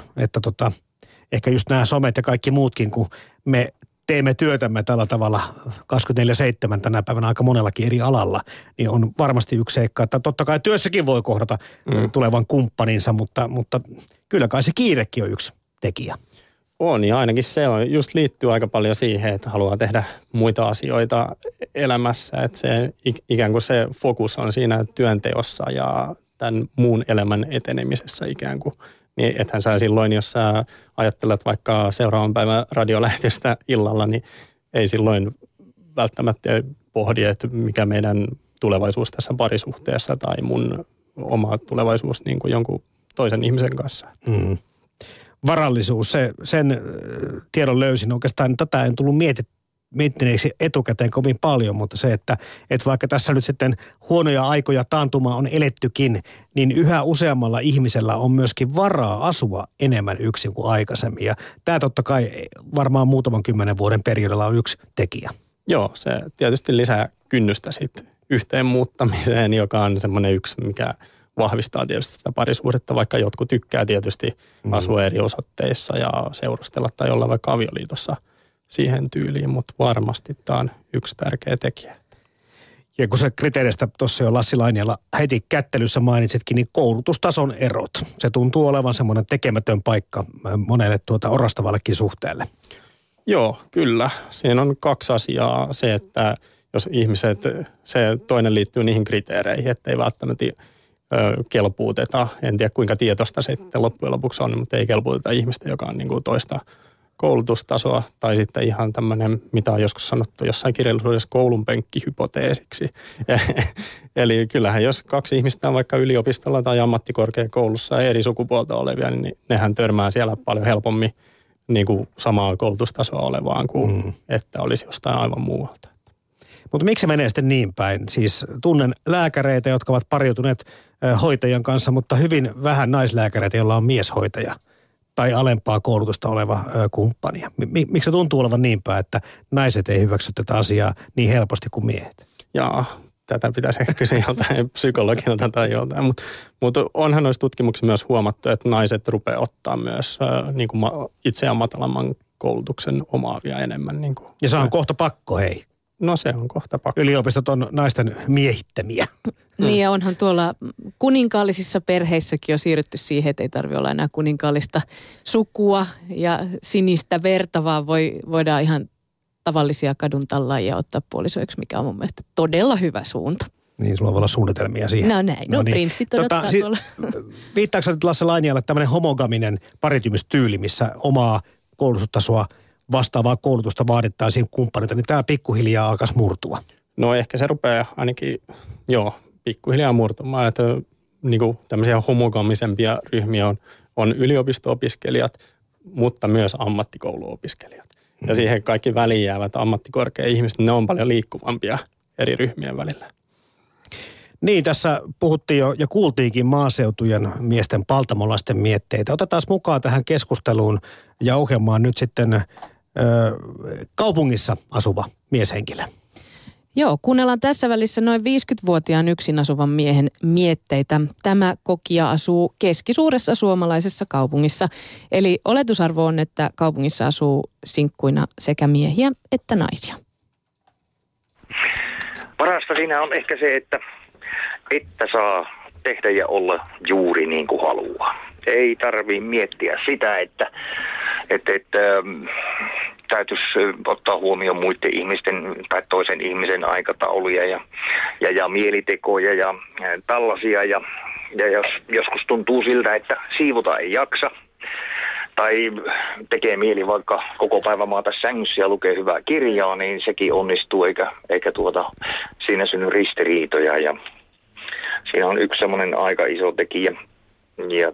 ehkä just nämä somet ja kaikki muutkin, kun me teemme työtämme tällä tavalla 24/7 tänä päivänä aika monellakin eri alalla, niin on varmasti yksi seikka, että totta kai työssäkin voi kohdata tulevan kumppaninsa, mutta kyllä kai se kiirekin on yksi tekijä. On, ja ainakin se on, just liittyy aika paljon siihen, että haluaa tehdä muita asioita elämässä, että se ikään kuin se fokus on siinä työnteossa ja tämän muun elämän etenemisessä ikään kuin. Niin ethän sä silloin, jos sä ajattelet vaikka seuraavan päivän radiolähetystä illalla, niin ei silloin välttämättä pohdi, että mikä meidän tulevaisuus tässä parisuhteessa tai mun oma tulevaisuus niin kuin jonkun toisen ihmisen kanssa. Varallisuus, sen tiedon löysin. Oikeastaan tätä en tullut miettineeksi etukäteen kovin paljon, mutta se, että vaikka tässä nyt sitten huonoja aikoja taantumaa on elettykin, niin yhä useammalla ihmisellä on myöskin varaa asua enemmän yksin kuin aikaisemmin. Ja tämä totta kai varmaan muutaman 10 vuoden periodilla on yksi tekijä. Joo, se tietysti lisää kynnystä sitten yhteen muuttamiseen, joka on semmoinen yksi, mikä vahvistaa tietysti sitä parisuhdetta, vaikka jotkut tykkää tietysti asua eri osoitteissa ja seurustella tai olla vaikka avioliitossa siihen tyyliin, mutta varmasti tämä on yksi tärkeä tekijä. Ja kun se kriteeristä tuossa jo Lassi Lainiala heti kättelyssä mainitsitkin, niin koulutustason erot. Se tuntuu olevan semmoinen tekemätön paikka monelle orastavallekin suhteelle. Joo, kyllä. Siinä on 2 asiaa. Se, että jos ihmiset, se toinen liittyy niihin kriteereihin, että ei välttämättä kelpuuteta. En tiedä kuinka tietoista se sitten loppujen lopuksi on, mutta ei kelpuuteta ihmistä, joka on niin kuin toista koulutustasoa. Tai sitten ihan tämmöinen, mitä on joskus sanottu jossain kirjallisuudessa koulunpenkkihypoteesiksi. Eli kyllähän jos 2 ihmistä on vaikka yliopistolla tai ammattikorkeakoulussa eri sukupuolta olevia, niin nehän törmää siellä paljon helpommin niin kuin samaa koulutustasoa olevaan kuin että olisi jostain aivan muualta. Mutta miksi se menee sitten niin päin? Siis tunnen lääkäreitä, jotka ovat pariutuneet hoitajan kanssa, mutta hyvin vähän naislääkäreitä, joilla on mieshoitaja tai alempaa koulutusta oleva kumppani. Miksi se tuntuu olevan niin päin, että naiset ei hyväksy tätä asiaa niin helposti kuin miehet? Jaa, tätä pitäisi ehkä kysyä joltain psykologilta tai joltain, mutta onhan noissa tutkimuksissa myös huomattu, että naiset rupeaa ottaa myös niin kuin itseään matalamman koulutuksen omaavia enemmän. Niin kuin. Ja se on kohta pakko, hei. No se on kohta pakko. Yliopistot on naisten miehittämiä. Niin ja onhan tuolla kuninkaallisissa perheissäkin jo siirrytty siihen, että ei tarvitse olla enää kuninkaallista sukua ja sinistä verta, vaan voidaan ihan tavallisia kaduntallaajia ottaa puolisoiksi, mikä on mun mielestä todella hyvä suunta. Niin, sulla voi olla suunnitelmia siihen. No näin, no niin. Prinssit odottaa tuolla. Viittaako sä nyt Lasse Lainialle tämmöinen homogaminen paritymistyyli, missä omaa koulutustasoa vastaavaa koulutusta vaadittaisiin kumppanilta, niin tämä pikkuhiljaa alkaisi murtua? No ehkä se rupeaa ainakin, pikkuhiljaa murtumaan, että niin kuin tämmöisiä homogamisempia ryhmiä on yliopisto-opiskelijat, mutta myös ammattikouluopiskelijat. Ja siihen kaikki väliin jäävät ammattikorkea-ihmiset, ne on paljon liikkuvampia eri ryhmien välillä. Niin, tässä puhuttiin jo ja kuultiinkin maaseutujen miesten paltamolaisten mietteitä. Otetaan mukaan tähän keskusteluun ja ohjelmaan nyt sitten kaupungissa asuva mieshenkilö. Joo, kuunnellaan tässä välissä noin 50-vuotiaan yksin asuvan miehen mietteitä. Tämä kokija asuu keskisuuressa suomalaisessa kaupungissa. Eli oletusarvo on, että kaupungissa asuu sinkkuina sekä miehiä että naisia. Parasta siinä on ehkä se, että saa tehdä ja olla juuri niin kuin haluaa. ei tarvitse miettiä sitä, että täytyisi ottaa huomioon muiden ihmisten tai toisen ihmisen aikatauluja ja mielitekoja ja tällaisia. Ja jos joskus tuntuu siltä, että siivota ei jaksa tai tekee mieli vaikka koko päivä maata sängyssä ja lukee hyvää kirjaa, niin sekin onnistuu eikä siinä synny ristiriitoja. Ja siinä on yksi semmoinen aika iso tekijä. Ja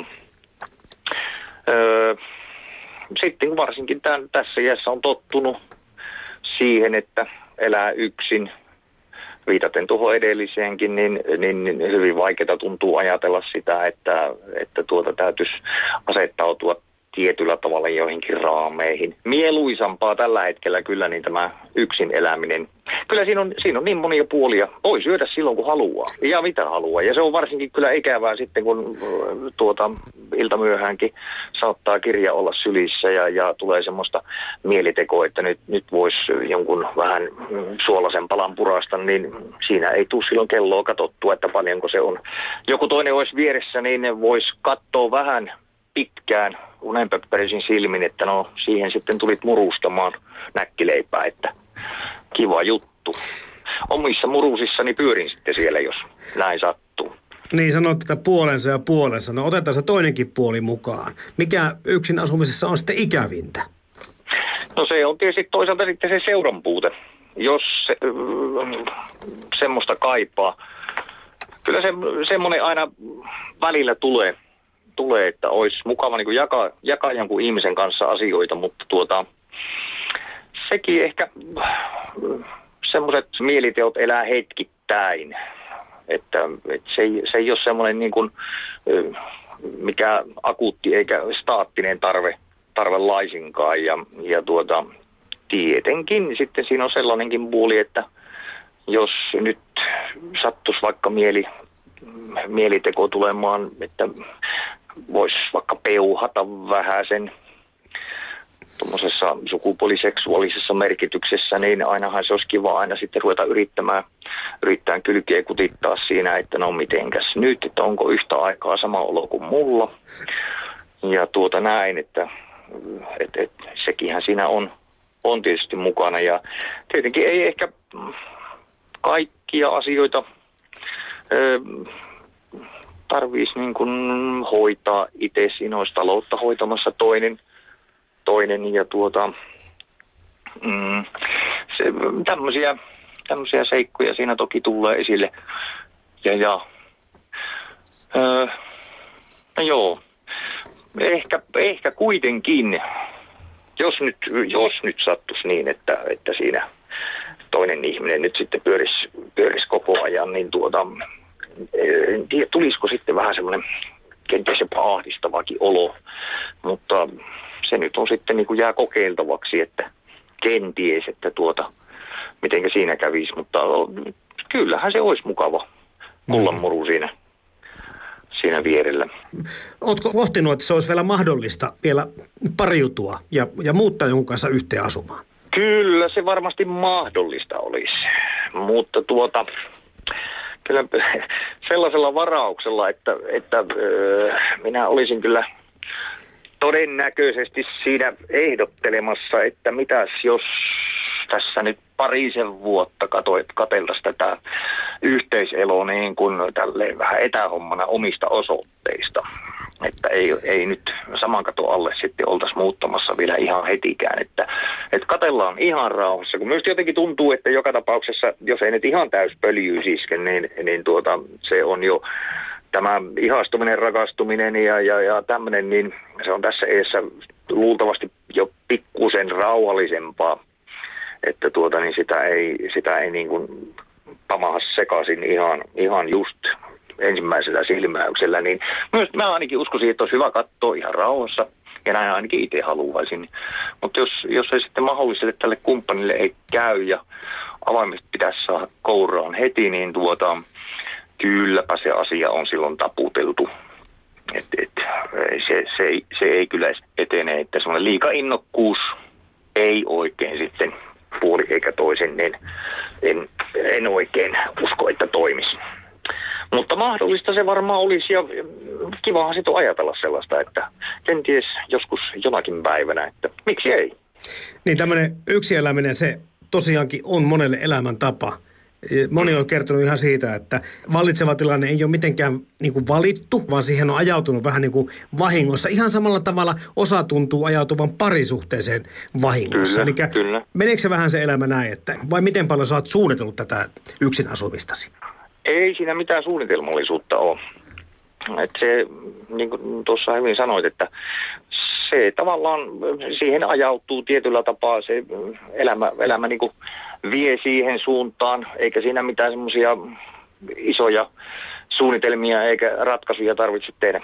sitten varsinkin tässä iässä on tottunut siihen, että elää yksin. Viitaten tuohon edelliseenkin, niin hyvin vaikeaa tuntuu ajatella sitä, että täytyisi asettautua tietyllä tavalla joihinkin raameihin. Mieluisampaa tällä hetkellä kyllä niin tämä yksin eläminen. Kyllä siinä on niin monia puolia. Voi syödä silloin kun haluaa ja mitä haluaa. Ja se on varsinkin kyllä ikävää sitten kun iltamyöhäänkin saattaa kirja olla sylissä ja tulee semmoista mielitekoa, että nyt voisi jonkun vähän suolaisen palan purasta, niin siinä ei tule silloin kelloa katsottua, että paljonko se on. Joku toinen olisi vieressä, niin voisi katsoa vähän pitkään unenpöpperisin silmin, että no siihen sitten tulit murustamaan näkkileipää, että kiva juttu. Omissa murusissani pyörin sitten siellä, jos näin sattuu. Niin sanoit, että puolensa ja puolensa. No otetaan se toinenkin puoli mukaan. Mikä yksin asumisessa on sitten ikävintä? No se on tietysti toisaalta sitten se seuran puute, jos semmoista kaipaa. Kyllä semmoinen aina välillä tulee, että olisi mukava niin kuin jakaa jonkun ihmisen kanssa asioita, mutta sekin ehkä semmoiset mieliteot elää hetkittäin, että se ei ole semmoinen niin kuin mikä akuutti eikä staattinen tarve laisinkaan ja tietenkin sitten siinä on sellainenkin puoli, että jos nyt sattuisi vaikka mieliteko tulemaan, että voisi vaikka peuhata vähäsen tuommoisessa sukupuoliseksuaalisessa merkityksessä, niin ainahan se olisi kiva aina sitten ruveta yrittää kylkeä kutittaa siinä, että no mitenkäs nyt, että onko yhtä aikaa sama olo kuin mulla. Ja näin, että sekinhän siinä on tietysti mukana ja tietenkin ei ehkä kaikkia asioita tarvitsisi niin kuin hoitaa itse. Siinä olisi taloutta hoitamassa toinen ja tämmöisiä seikkoja siinä toki tulee esille. Joo, ehkä kuitenkin, jos nyt sattuisi niin, että siinä toinen ihminen nyt sitten pyörisi koko ajan, niin en tiedä, tulisiko sitten vähän semmoinen kenties jopa ahdistavakin olo, mutta se nyt on sitten niin kuin jää kokeiltavaksi, että kenties, että mitenkä siinä kävisi, mutta kyllähän se olisi mukava mullanmuru siinä vierellä. Ootko pohtinut, että se olisi vielä mahdollista vielä pariutua ja muuttaa jonkun kanssa yhteen asumaan? Kyllä se varmasti mahdollista olisi, mutta kyllä sellaisella varauksella, että minä olisin kyllä todennäköisesti siinä ehdottelemassa, että mitäs jos tässä nyt parisen vuotta katseltaisiin tätä yhteiseloa niin kuin tälleen vähän etähommana omista osoitteista. Että ei nyt saman katon alle sitten oltaisi muuttamassa vielä ihan hetikään, että katsellaan ihan rauhassa. Kun myös jotenkin tuntuu, että joka tapauksessa, jos ei nyt ihan täyspöljyys iske, niin se on jo tämä ihastuminen, rakastuminen ja tämmöinen, niin se on tässä eessä luultavasti jo pikkusen rauhallisempaa, että niin sitä ei niin kuin pamaha sekaisin ihan just ensimmäisellä silmäyksellä, niin myös mä ainakin uskoisin, että olisi hyvä katsoa ihan rauhassa, ja näin ainakin itse haluaisin. Mutta jos ei sitten mahdollisesti tälle kumppanille ei käy, ja avaimet pitäisi saada kouraan heti, niin kylläpä se asia on silloin taputeltu. Se ei kyllä etene, että semmoinen liikainnokkuus ei oikein sitten puoli eikä toisen, niin en oikein usko, että toimisi. Mutta mahdollista se varmaan olisi, ja kivahan sit on ajatella sellaista, että kenties joskus jonakin päivänä, että miksi ei. Niin tämmöinen yksi eläminen, se tosiaankin on monelle elämäntapa. Moni on kertonut ihan siitä, että vallitseva tilanne ei ole mitenkään niin kuin valittu, vaan siihen on ajautunut vähän niin kuin vahingossa. Ihan samalla tavalla osa tuntuu ajautuvan parisuhteeseen vahingossa. Kyllä. Meneekö se vähän se elämä näin, että vai miten paljon sä oot suunnitellut tätä yksin asumistasi? Ei siinä mitään suunnitelmallisuutta ole. Että se, niin kuin tuossa hyvin sanoit, että se tavallaan siihen ajautuu tietyllä tapaa se elämä niin kuin vie siihen suuntaan, eikä siinä mitään semmoisia isoja suunnitelmia eikä ratkaisuja tarvitse tehdä.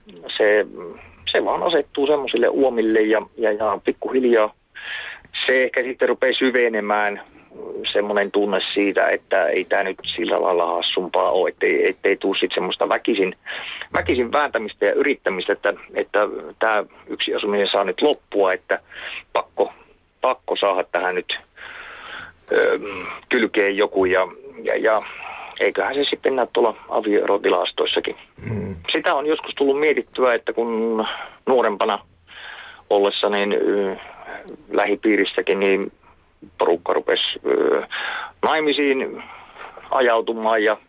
Se vaan asettuu semmoisille uomille ja pikkuhiljaa se ehkä sitten rupeaa syvenemään semmoinen tunne siitä, että ei tämä nyt sillä lailla hassumpaa ole, ettei tule sitten semmoista väkisin vääntämistä ja yrittämistä, että tämä yksi asuminen saa nyt loppua, että pakko saada tähän nyt kylkeen joku ja eiköhän se sitten näy tuolla avioerotilastoissakin. Sitä on joskus tullut mietittyä, että kun nuorempana ollessa niin lähipiirissäkin niin porukka rupesi naimisiin ajautumaan ja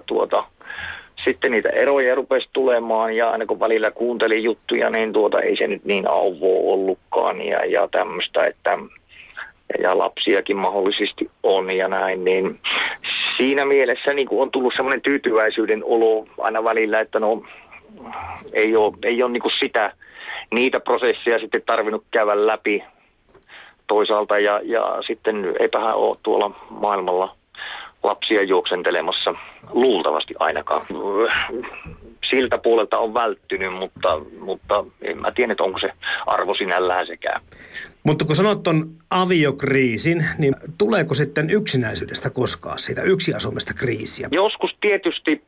sitten niitä eroja rupesi tulemaan ja aina kun välillä kuuntelin juttuja, niin ei se nyt niin auvoa ollutkaan ja tämmöistä, että ja lapsiakin mahdollisesti on ja näin, niin siinä mielessä niin on tullut semmoinen tyytyväisyyden olo aina välillä, että ei ole niin kuin niitä prosesseja sitten tarvinnut käydä läpi toisaalta ja sitten eipähän ole tuolla maailmalla lapsia juoksentelemassa luultavasti ainakaan. Siltä puolelta on välttynyt, mutta en mä tiedä, että onko se arvo sinällään sekään. Mutta kun sanot ton aviokriisin, niin tuleeko sitten yksinäisyydestä koskaan siitä yksiasumista kriisiä? Joskus tietysti,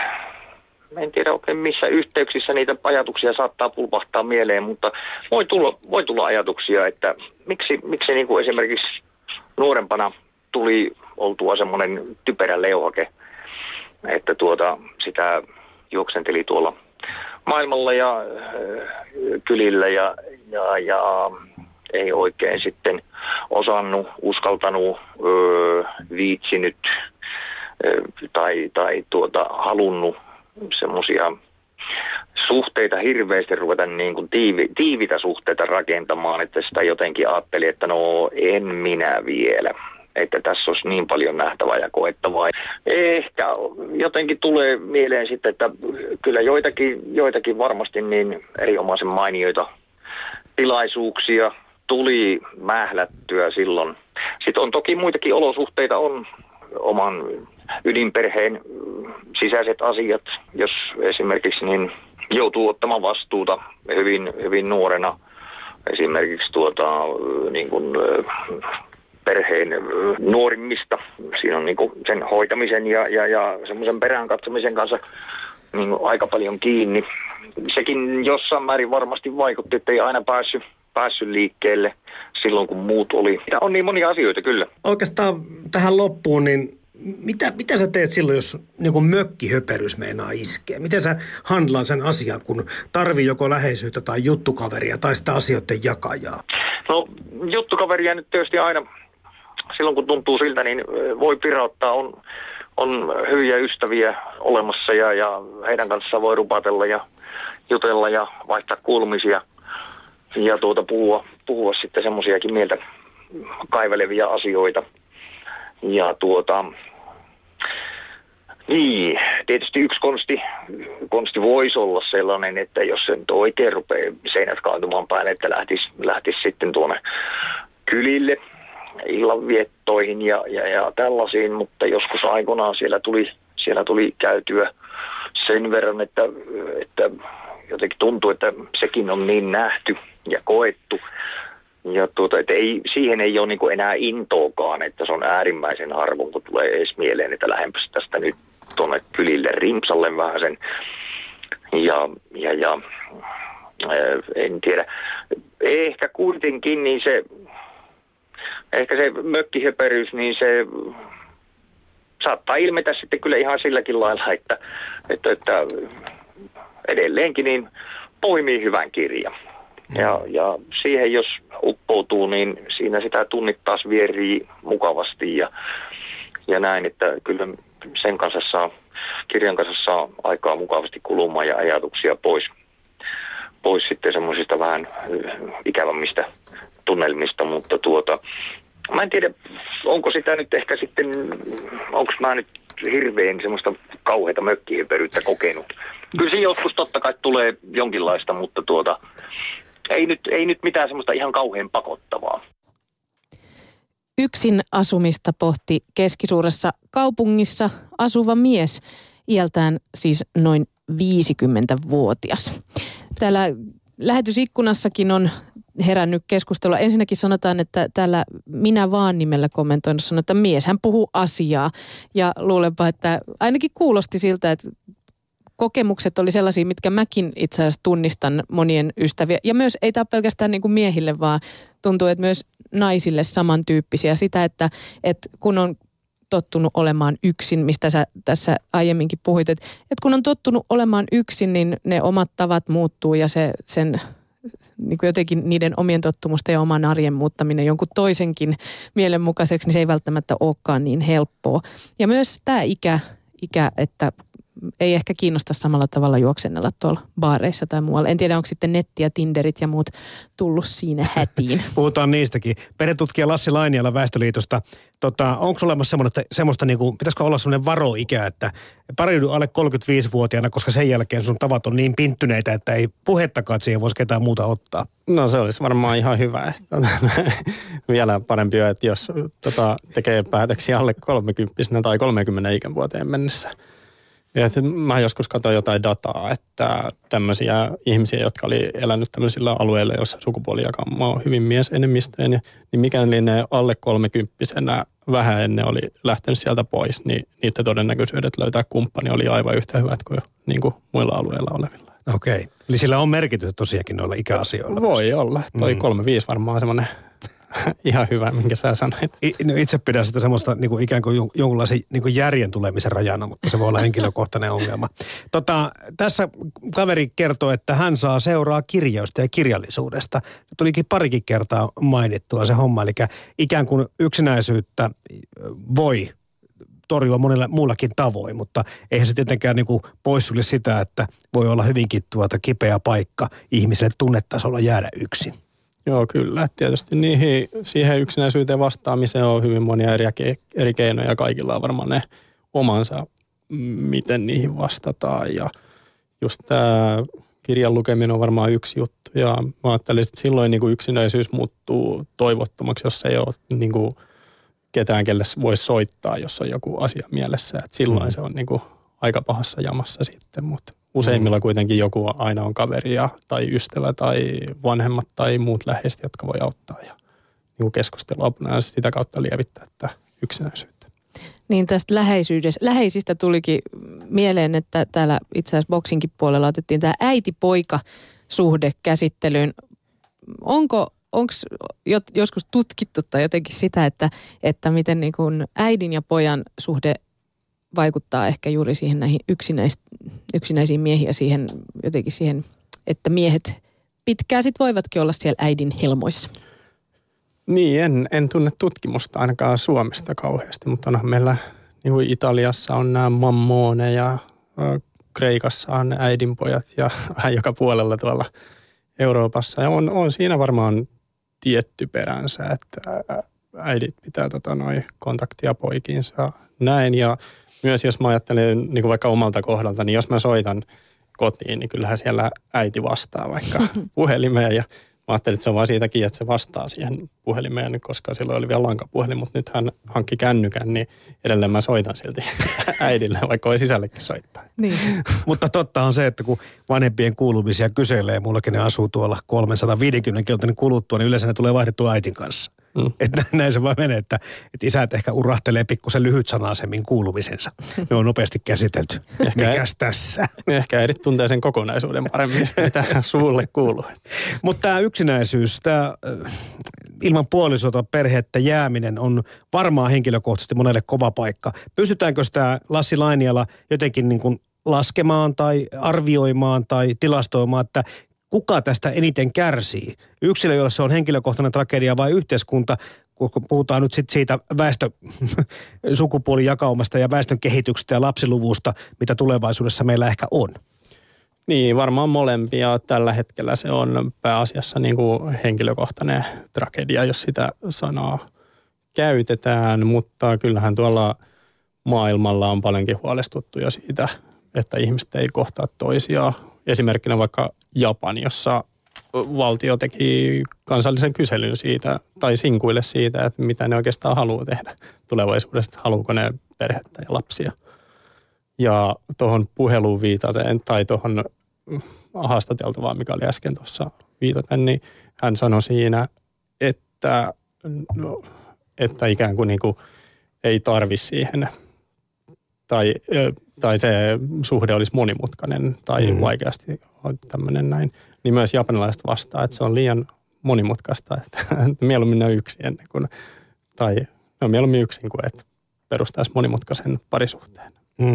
en tiedä oikein missä yhteyksissä niitä ajatuksia saattaa pulpahtaa mieleen, mutta voi tulla ajatuksia, että miksi niin kuin esimerkiksi nuorempana tuli oltua semmoinen typerä leuhake, että sitä juoksenteli tuolla maailmalla ja kylillä ja ei oikein sitten osannut, uskaltanut, viitsinyt tai halunnut semmoisia suhteita hirveästi ruveta niin kuin tiivitä suhteita rakentamaan, että sitä jotenkin ajatteli, että en minä vielä. Että tässä olisi niin paljon nähtävää ja koettavaa. Ehkä jotenkin tulee mieleen sitten, että kyllä joitakin varmasti niin erinomaisen mainioita tilaisuuksia tuli mählättyä silloin. Sitten on toki muitakin olosuhteita, on oman ydinperheen sisäiset asiat, jos esimerkiksi niin joutuu ottamaan vastuuta hyvin nuorena, esimerkiksi niin kuin perheen nuorimmista. Siinä on niin kuin sen hoitamisen ja semmoisen perään katsomisen kanssa niin kuin aika paljon kiinni. Sekin jossain määrin varmasti vaikutti, että ei aina päässyt liikkeelle silloin, kun muut oli. On niin monia asioita kyllä. Oikeastaan tähän loppuun, niin mitä sä teet silloin, jos niin mökkihöperys meinaa iskeä? Miten sä handlaan sen asian, kun tarvii joko läheisyyttä tai juttukaveria tai sitä asioiden jakajaa? No juttukaveria nyt tietysti aina silloin, kun tuntuu siltä, niin voi pirauttaa. On hyviä ystäviä olemassa ja heidän kanssaan voi rupatella ja jutella ja vaihtaa kuulumisia ja puhua sitten semmoisiakin mieltä kaivelevia asioita. Ja niin, tietysti yksi konsti voisi olla sellainen, että jos se nyt oikein rupeaa seinät kaatumaan päälle, että lähtisi sitten tuonne kylille illanviettoihin ja tällaisiin, mutta joskus aikoinaan siellä tuli käytyä sen verran, että jotenkin tuntuu, että sekin on niin nähty ja koettu. Ja että siihen ei ole niin kuin enää intoakaan, että se on äärimmäisen harvoin, kun tulee edes mieleen, että lähempäs tästä nyt tuonne kylille rimpsalle vähän sen. Ja en tiedä. Ehkä kuitenkin niin se mökkihöperyys, niin se saattaa ilmetä sitten kyllä ihan silläkin lailla, että edelleenkin niin poimii hyvän kirjan. Ja siihen jos uppoutuu, niin siinä sitä tunnit taas vierii mukavasti ja näin, että kyllä sen kanssa kirjan kanssa saa aikaa mukavasti kulumaan ja ajatuksia pois sitten semmoisista vähän ikävämmistä tunnelmista, mutta mä en tiedä, onko sitä nyt ehkä sitten, onko mä nyt hirveän semmoista kauheata mökkihöperyyttä kokenut. Kyllä se joskus totta kai tulee jonkinlaista, mutta ei nyt mitään semmoista ihan kauhean pakottavaa. Yksin asumista pohti keskisuuressa kaupungissa asuva mies, iältään siis noin 50-vuotias. Täällä lähetysikkunassakin on herännyt keskustelua. Ensinnäkin sanotaan, että täällä minä vaan nimellä kommentoin, sanon, että mies hän puhuu asiaa. Ja luulenpa, että ainakin kuulosti siltä, että kokemukset oli sellaisia, mitkä mäkin itse asiassa tunnistan monien ystäviä. Ja myös ei tämä pelkästään niin kuin miehille, vaan tuntuu, että myös naisille samantyyppisiä. Sitä, että kun on tottunut olemaan yksin, mistä sä tässä aiemminkin puhuit, että kun on tottunut olemaan yksin, niin ne omat tavat muuttuu ja sen niin kuin jotenkin niiden omien tottumusten ja oman arjen muuttaminen jonkun toisenkin mielenmukaiseksi, niin se ei välttämättä olekaan niin helppoa. Ja myös tämä ikä, että ei ehkä kiinnosta samalla tavalla juoksennella tuolla baareissa tai muualla. En tiedä, onko sitten netti ja Tinderit ja muut tullut siinä hätiin. Puhutaan niistäkin. Perhetutkija Lassi Lainiala Väestöliitosta. Onko olemassa semmoista niin kuin, pitäisikö olla semmoinen varoikä, että pariudu alle 35-vuotiaana, koska sen jälkeen sun tavat on niin pinttyneitä, että ei puhettakaan, että siihen voisi ketään muuta ottaa? No se olisi varmaan ihan hyvä. Vielä parempi on, että jos tekee päätöksiä alle 30 tai 30 ikävuoteen mennessä. Ja mä joskus katsoin jotain dataa, että tämmöisiä ihmisiä, jotka oli elänyt tämmöisillä alueilla, joissa sukupuolijakauma on hyvin miesenemmistöinen, niin mikäli ne alle 30-vuotiaana vähän ennen oli lähtenyt sieltä pois, niin niiden todennäköisyydet löytää kumppani oli aivan yhtä hyvät kuin muilla alueilla olevilla. Okei. Eli sillä on merkitystä tosiaankin noilla ikäasioilla. Voi olla. Toi 35 varmaan semmoinen ihan hyvä, minkä sä sanoit. Itse pidän sitä semmoista niin kuin ikään kuin jonkunlaisen niin kuin järjen tulemisen rajana, mutta se voi olla henkilökohtainen ongelma. Tässä kaveri kertoo, että hän saa seuraa kirjoista ja kirjallisuudesta. Tulikin parikin kertaa mainittua se homma, eli ikään kuin yksinäisyyttä voi torjua monella muullakin tavoin, mutta eihän se tietenkään niin kuin poissulje sitä, että voi olla hyvinkin kipeä paikka ihmiselle tunnetasolla jäädä yksin. Joo, kyllä. Tietysti siihen yksinäisyyteen vastaamiseen on hyvin monia eri keinoja. Kaikilla on varmaan ne omansa, miten niihin vastataan. Ja just tämä kirjan lukeminen on varmaan yksi juttu. Ja mä ajattelin, että silloin niin kuin yksinäisyys muuttuu toivottomaksi, jos ei ole niin kuin ketään, kelle voi soittaa, jos on joku asia mielessä. Et silloin se on niin kuin aika pahassa jamassa sitten, mutta useimmilla kuitenkin joku aina on kaveria tai ystävä tai vanhemmat tai muut läheiset, jotka voi auttaa ja niin keskustelua apuna ja sitä kautta lievittää tätä yksinäisyyttä. Niin tästä läheisistä tulikin mieleen, että täällä itse asiassa boksinkin puolella otettiin tämä äiti-poika-suhde käsittelyyn. Onko joskus tutkittu tai jotenkin sitä, että miten niin kuin äidin ja pojan suhde vaikuttaa ehkä juuri siihen näihin yksinäisiin miehiin ja siihen jotenkin siihen, että miehet pitkään sit voivatkin olla siellä äidin helmoissa. Niin, en tunne tutkimusta ainakaan Suomesta kauheasti, mutta onhan meillä niin kuin Italiassa on nämä mammone ja Kreikassa on äidinpojat ja vähän joka puolella tuolla Euroopassa. Ja on siinä varmaan tietty peränsä, että äidit pitää kontaktia poikiinsa näin ja myös jos mä ajattelen niin kuin vaikka omalta kohdalta, niin jos mä soitan kotiin, niin kyllähän siellä äiti vastaa vaikka puhelimeen. Ja mä ajattelin, että se on vaan siitäkin, että se vastaa siihen puhelimeen, koska silloin oli vielä lankapuhelin, mutta nyt hän hankki kännykän, niin edelleen mä soitan silti äidille, vaikka voi sisällekin soittaa. Niin. Mutta totta on se, että kun vanhempien kuulumisia kyselee, mullakin ne asuu tuolla 350 kilometrin kuluttua, niin yleensä ne tulee vaihdettua äitin kanssa. Että näin se vaan menee, että isät ehkä urahtelee pikkusen lyhytsanaisemmin kuulumisensa. Ne on nopeasti käsitelty. Mikäs tässä? Ehkä äidit tuntee sen kokonaisuuden paremmin, mitä suulle kuuluu. Mutta tämä yksinäisyys, tämä ilman puolisota perhettä jääminen on varmaan henkilökohtaisesti monelle kova paikka. Pystytäänkö sitä Lassi Lainiala jotenkin niin kuin laskemaan tai arvioimaan tai tilastoimaan, että kuka tästä eniten kärsii? Yksilö, jolla se on henkilökohtainen tragedia vai yhteiskunta, kun puhutaan nyt sit siitä sukupuolijakaumasta ja väestön kehityksestä ja lapsiluvusta, mitä tulevaisuudessa meillä ehkä on? Niin, varmaan molempia. Tällä hetkellä se on pääasiassa niin kuin henkilökohtainen tragedia, jos sitä sanaa käytetään, mutta kyllähän tuolla maailmalla on paljonkin huolestuttuja siitä, että ihmiset ei kohtaa toisiaan. Esimerkkinä vaikka Japani, jossa valtio teki kansallisen kyselyn siitä, tai sinkuille siitä, että mitä ne oikeastaan haluaa tehdä tulevaisuudessa, haluuko ne perhettä ja lapsia. Ja tuohon puheluun viitaten, tai tuohon haastateltavaan, mikä oli äsken tuossa viitaten, niin hän sanoi siinä, että ikään kuin, ei tarvi siihen, tai se suhde olisi monimutkainen tai vaikeasti tämmöinen näin, niin myös japanilaiset vastaa, että se on liian monimutkaista, että mieluummin ne on yksi ennen kuin, tai no mieluummin yksin kuin, että perustaisi monimutkaisen parisuhteen.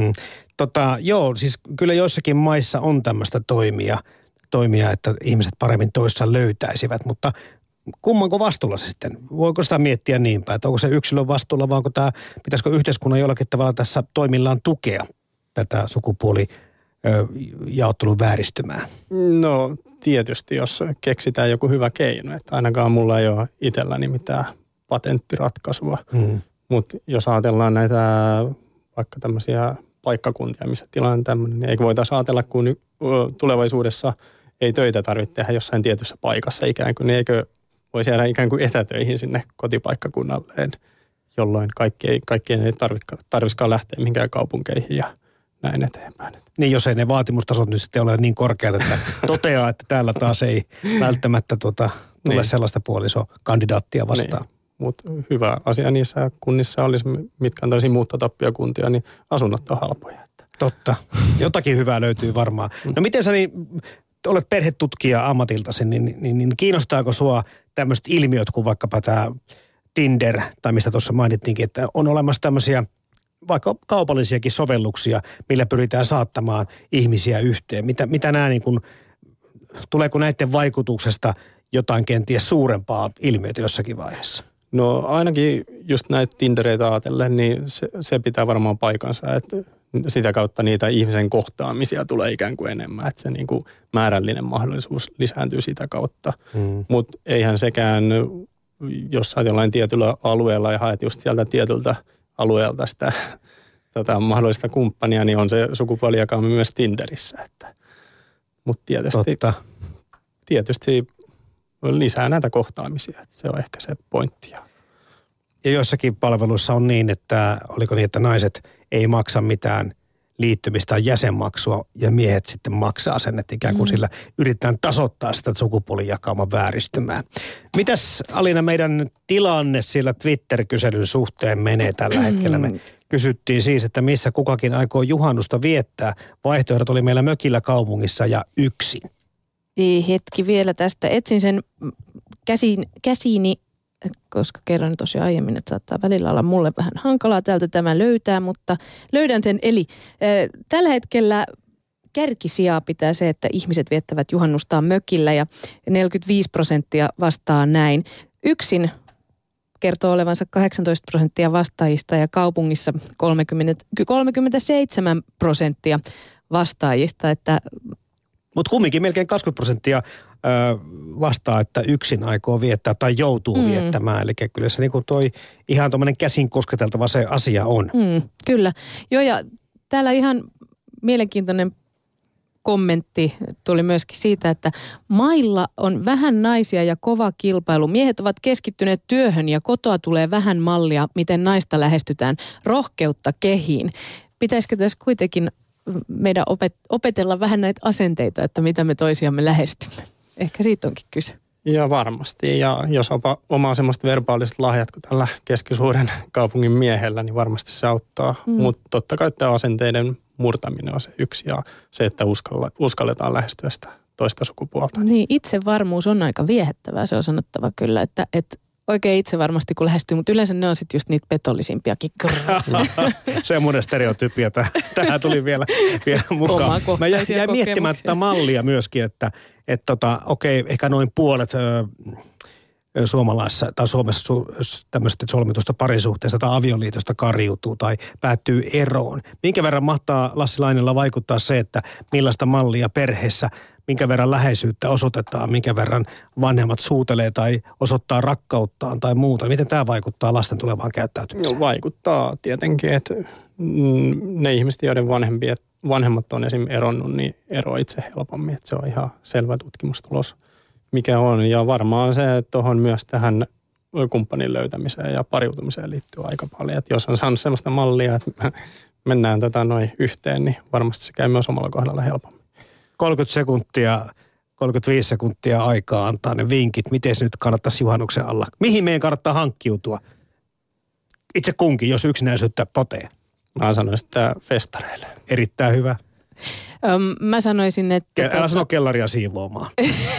Joo, siis kyllä joissakin maissa on tämmöistä toimia, että ihmiset paremmin toissaan löytäisivät, mutta kummanko vastuulla se sitten? Voiko sitä miettiä niin päin, että onko se yksilön vastuulla, vai pitäisikö yhteiskunnan jollakin tavalla tässä toimillaan tukea tätä sukupuolijaottelun vääristymää? No tietysti, jos keksitään joku hyvä keino, että ainakaan mulla ei ole itselläni mitään patenttiratkaisua, mutta jos ajatellaan näitä vaikka tämmöisiä paikkakuntia, missä tilanne on tämmöinen, niin eikö voitaisiin ajatella, kun tulevaisuissa ei töitä tarvitse tehdä jossain tietyssä paikassa ikään kuin, niin eikö voisi jäädä ikään kuin etätöihin sinne kotipaikkakunnalleen, jolloin kaikkien ei tarvitsisikaan lähteä mihinkään kaupunkeihin ja näin eteenpäin. Niin, jos ei ne vaatimustasot nyt sitten ole niin korkeat, että toteaa, että täällä taas ei välttämättä tule sellaista puolisokandidaattia vastaan. Niin. Mutta hyvä asia niissä kunnissa olisi, mitkä on tällaisia muuttotappiokuntia, niin asunnot on halpoja. Totta. Jotakin hyvää löytyy varmaan. No miten sä olet perhetutkija ammatiltasi, niin kiinnostaako sua tämmöiset ilmiöt kuin vaikkapa tämä Tinder, tai mistä tuossa mainittiinkin, että on olemassa tämmöisiä vaikka kaupallisiakin sovelluksia, millä pyritään saattamaan ihmisiä yhteen. Mitä nämä tuleeko näiden vaikutuksesta jotain kenties suurempaa ilmiötä jossakin vaiheessa? No ainakin just näitä Tindereitä ajatellen, niin se pitää varmaan paikansa, että sitä kautta niitä ihmisen kohtaamisia tulee ikään kuin enemmän, että se määrällinen mahdollisuus lisääntyy sitä kautta. Mutta eihän sekään, jos sä oot jollain tietyllä alueella ja haet just sieltä tietyltä alueelta sitä mahdollista kumppania, niin on se sukupuolijakauma myös Tinderissä. Mutta tietysti lisää näitä kohtaamisia, että se on ehkä se pointti. Ja joissakin palveluissa on niin, että oliko niin, että naiset ei maksa mitään liittymistä tai jäsenmaksua ja miehet sitten maksaa sen, että ikään kuin sillä yritetään tasoittaa sitä sukupuolijakauman vääristymää. Mitäs Alina meidän tilanne siellä Twitter-kyselyn suhteen menee tällä hetkellä? Me kysyttiin siis, että missä kukakin aikoo juhannusta viettää. Vaihtoehdot oli meillä mökillä, kaupungissa ja yksin. Hetki vielä tästä. Etsin sen käsiini, koska kerron tosiaan aiemmin, että saattaa välillä olla mulle vähän hankalaa täältä tämä löytää, mutta löydän sen. Eli tällä hetkellä kärkisijaa pitää se, että ihmiset viettävät juhannustaan mökillä ja 45% vastaa näin. Yksin kertoo olevansa 18% vastaajista ja kaupungissa 37% vastaajista, että mutta kumminkin melkein 20% vastaa, että yksin aikoo viettää tai joutuu viettämään. Eli kyllä se toi ihan tuommoinen käsin kosketeltava se asia on. Kyllä. Joo, ja täällä ihan mielenkiintoinen kommentti tuli myöskin siitä, että mailla on vähän naisia ja kova kilpailu. Miehet ovat keskittyneet työhön ja kotoa tulee vähän mallia, miten naista lähestytään. Rohkeutta kehiin. Pitäisikö tässä kuitenkin meidän opetella vähän näitä asenteita, että mitä me toisiamme lähestymme. Ehkä siitä onkin kyse. Ja varmasti. Ja jos omaa semmoista verbaaliset lahjat kuin tällä keskisuuren kaupungin miehellä, niin varmasti se auttaa. Mutta totta kai tämä asenteiden murtaminen on se yksi ja se, että uskalletaan lähestyä sitä toista sukupuolta. Niin, itsevarmuus on aika viehättävää, se on sanottava kyllä, että oikein itse varmasti, kun lähestyy, mutta yleensä ne on sitten just niitä petollisimpiakin. Semmoinen stereotypia tähän tuli vielä mukaan. Mä jäin miettimään tätä mallia myöskin, että okei, ehkä noin puolet suomalaisessa tai Suomessa tämmöistä solmitusta parisuhteesta tai avioliitosta kariutuu tai päättyy eroon. Minkä verran mahtaa Lassi Lainilla vaikuttaa se, että millaista mallia perheessä, minkä verran läheisyyttä osoitetaan, minkä verran vanhemmat suutelee tai osoittaa rakkauttaan tai muuta. Miten tämä vaikuttaa lasten tulevaan käyttäytymiseen? No, vaikuttaa tietenkin, että ne ihmiset, joiden vanhemmat on esimerkiksi eronnut, niin eroaa itse helpommin. Että se on ihan selvä tutkimustulos, mikä on. Ja varmaan se, että tuohon myös tähän kumppanin löytämiseen ja pariutumiseen liittyy aika paljon. Että jos on saanut sellaista mallia, että mennään noin yhteen, niin varmasti se käy myös omalla kohdalla helpommin. 35 sekuntia aikaa antaa ne vinkit. Miten se nyt kannattaisi juhannuksen alla? Mihin meidän kannattaa hankkiutua? Itse kunkin, jos yksinäisyyttä potee. Mä sanoisin, että festareille. Erittäin hyvä. Mä sanoisin, että... Älä sano kellaria siivoamaan.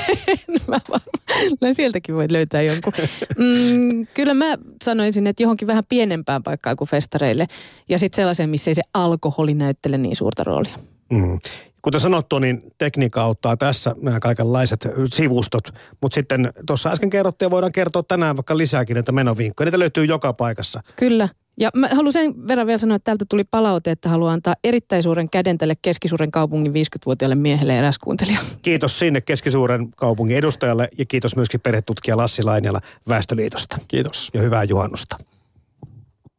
Mä sieltäkin voit löytää jonkun. Kyllä mä sanoisin, että johonkin vähän pienempään paikkaan kuin festareille. Ja sitten sellaiseen, missä ei se alkoholi näyttele niin suurta roolia. Kuten sanottu, niin tekniikka auttaa tässä nämä kaikenlaiset sivustot. Mutta sitten tuossa äsken kerrottiin ja voidaan kertoa tänään vaikka lisääkin näitä menovinkkoja. Niitä löytyy joka paikassa. Kyllä. Ja mä haluan sen verran vielä sanoa, että täältä tuli palaute, että haluan antaa erittäin suuren käden tälle keskisuuren kaupungin 50-vuotiaalle miehelle eräs kuuntelija. Kiitos sinne keskisuuren kaupungin edustajalle ja kiitos myöskin perhetutkija Lassi Lainila Väestöliitosta. Kiitos. Ja hyvää juhannusta.